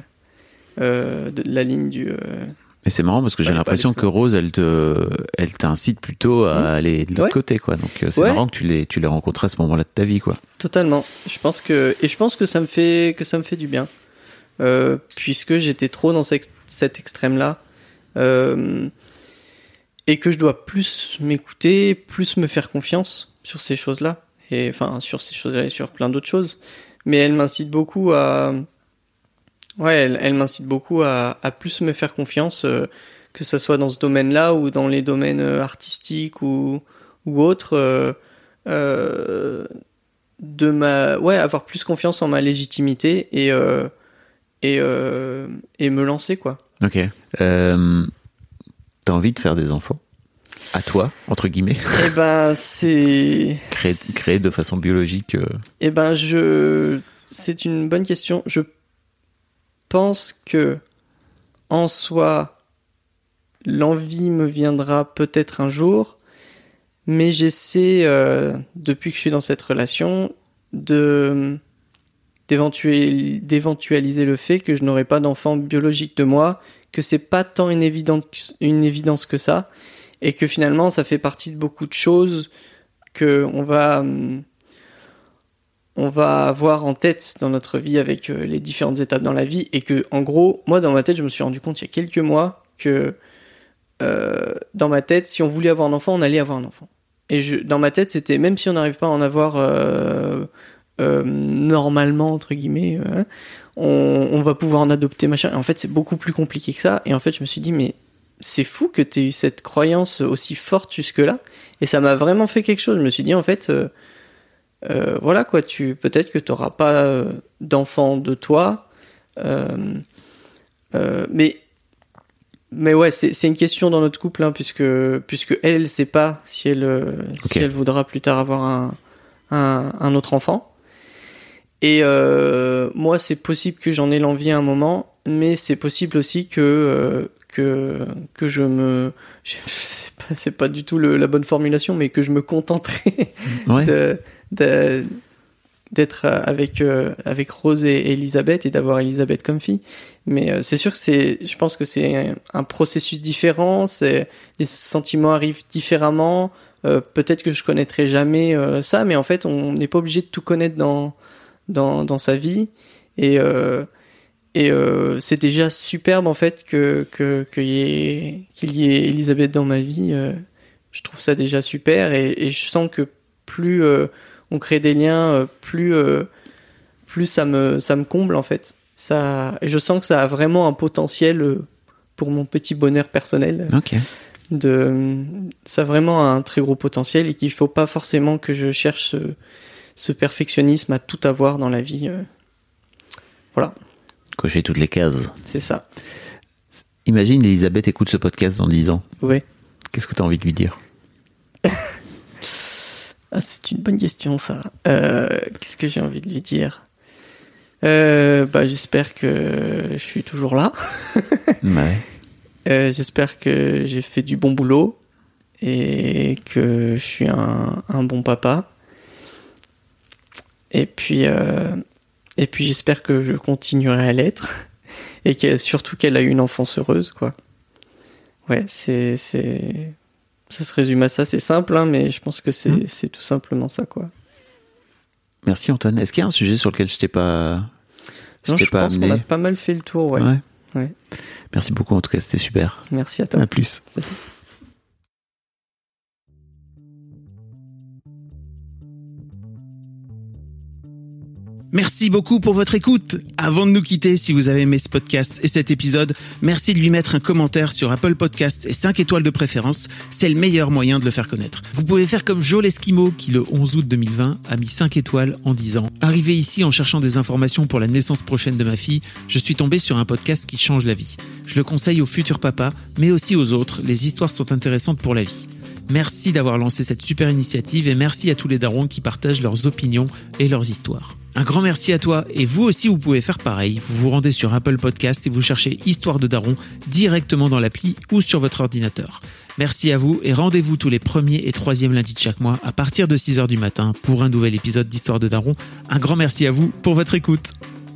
Euh, de la ligne du. Euh... Mais c'est marrant parce que j'ai l'impression que Rose, elle te, elle t'incite plutôt à mmh. aller de l'autre ouais. côté, quoi. Donc c'est ouais. marrant que tu l'aies, tu l'aies rencontré à ce moment-là de ta vie, quoi. Totalement. Je pense que et je pense que ça me fait que ça me fait du bien, euh, puisque j'étais trop dans cet, cet extrême-là, euh, et que je dois plus m'écouter, plus me faire confiance sur ces choses-là, et enfin sur ces choses-là et sur plein d'autres choses. Mais elle m'incite beaucoup à Ouais, elle, elle m'incite beaucoup à, à plus me faire confiance, euh, que ça soit dans ce domaine-là ou dans les domaines euh, artistiques ou, ou autres, euh, euh, de ma, ouais, avoir plus confiance en ma légitimité et, euh, et, euh, et me lancer, quoi. Ok. Euh, t'as envie de faire des enfants ? À toi, entre guillemets. Eh ben, c'est... Créer, créer de façon biologique. Euh... Eh ben, je... C'est une bonne question. Je Je pense que, en soi, l'envie me viendra peut-être un jour, mais j'essaie, euh, depuis que je suis dans cette relation, de d'éventuel, d'éventualiser le fait que je n'aurai pas d'enfant biologique de moi, que c'est pas tant une évidence, une évidence que ça, et que finalement ça fait partie de beaucoup de choses que on va on va avoir en tête dans notre vie avec les différentes étapes dans la vie, et que en gros, moi dans ma tête, je me suis rendu compte il y a quelques mois que euh, dans ma tête, si on voulait avoir un enfant, on allait avoir un enfant. Et je, dans ma tête, c'était même si on n'arrive pas à en avoir euh, euh, normalement entre guillemets, euh, on, on va pouvoir en adopter machin. Et en fait, c'est beaucoup plus compliqué que ça. Et en fait, je me suis dit mais c'est fou que tu aies eu cette croyance aussi forte jusque-là. Et ça m'a vraiment fait quelque chose. Je me suis dit, en fait, euh, euh, voilà quoi, tu, peut-être que tu n'auras pas euh, d'enfant de toi. Euh, euh, mais, mais ouais, c'est, c'est une question dans notre couple, hein, puisque, puisque elle, elle ne sait pas si elle, euh, okay. si elle voudra plus tard avoir un, un, un autre enfant. Et euh, moi, c'est possible que j'en ai l'envie à un moment, mais c'est possible aussi que... Euh, que que je me je sais pas, c'est pas du tout le, la bonne formulation, mais que je me contenterai ouais. de, de d'être avec euh, avec Rose et Elisabeth et d'avoir Elisabeth comme fille. Mais euh, c'est sûr que c'est je pense que c'est un, un processus différent, c'est les sentiments arrivent différemment, euh, peut-être que je connaîtrai jamais euh, ça, mais en fait on n'est pas obligé de tout connaître dans dans dans sa vie, et euh, Et euh, c'est déjà superbe en fait que, que, qu'il y ait, qu'il y ait Elisabeth dans ma vie. Euh, je trouve ça déjà super, et, et je sens que plus euh, on crée des liens, euh, plus, euh, plus ça me, ça me comble en fait. Ça, et je sens que ça a vraiment un potentiel euh, pour mon petit bonheur personnel. Ok. De, ça a vraiment un très gros potentiel, et qu'il ne faut pas forcément que je cherche ce, ce perfectionnisme à tout avoir dans la vie. Euh, voilà. Cocher toutes les cases. C'est ça. Imagine Elisabeth écoute ce podcast dans dix ans. Oui. Qu'est-ce que tu as envie de lui dire? Ah, c'est une bonne question, ça. Euh, qu'est-ce que j'ai envie de lui dire? euh, bah, J'espère que je suis toujours là. Ouais. Euh, j'espère que j'ai fait du bon boulot et que je suis un, un bon papa. Et puis... Euh, Et puis j'espère que je continuerai à l'être, et qu'elle, surtout qu'elle a eu une enfance heureuse, quoi. Ouais, c'est, c'est, ça se résume à ça. C'est simple, hein, mais je pense que c'est, mmh. c'est tout simplement ça, quoi. Merci Antoine. Est-ce qu'il y a un sujet sur lequel je t'ai pas, je non, t'ai je pas pense amené? qu'on a pas mal fait le tour, ouais. Ouais. ouais. Merci beaucoup. En tout cas, c'était super. Merci à toi. À plus. Salut. Merci beaucoup pour votre écoute. Avant de nous quitter, si vous avez aimé ce podcast et cet épisode, merci de lui mettre un commentaire sur Apple Podcasts et cinq étoiles de préférence. C'est le meilleur moyen de le faire connaître. Vous pouvez faire comme Joe l'Esquimau qui, le onze août deux mille vingt, a mis cinq étoiles en disant « Arrivé ici en cherchant des informations pour la naissance prochaine de ma fille, je suis tombé sur un podcast qui change la vie. Je le conseille aux futurs papas, mais aussi aux autres. Les histoires sont intéressantes pour la vie. » Merci d'avoir lancé cette super initiative, et merci à tous les darons qui partagent leurs opinions et leurs histoires. Un grand merci à toi, et vous aussi vous pouvez faire pareil. Vous vous rendez sur Apple Podcast et vous cherchez Histoire de Daron directement dans l'appli ou sur votre ordinateur. Merci à vous, et rendez-vous tous les premiers et troisièmes lundis de chaque mois à partir de six heures du matin pour un nouvel épisode d'Histoire de Daron. Un grand merci à vous pour votre écoute.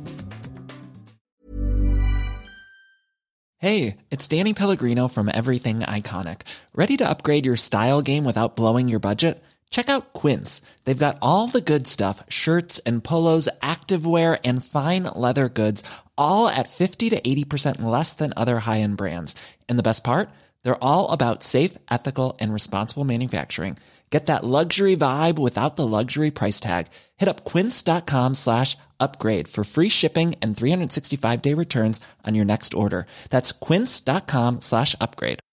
Hey, it's Danny Pellegrino from Everything Iconic. Ready to upgrade your style game without blowing your budget? Check out Quince. They've got all the good stuff, shirts and polos, activewear, and fine leather goods, all at fifty to eighty percent less than other high-end brands. And the best part? They're all about safe, ethical, and responsible manufacturing. Get that luxury vibe without the luxury price tag. Hit up quince.com slash upgrade for free shipping and three sixty-five day returns on your next order. That's quince.com slash upgrade.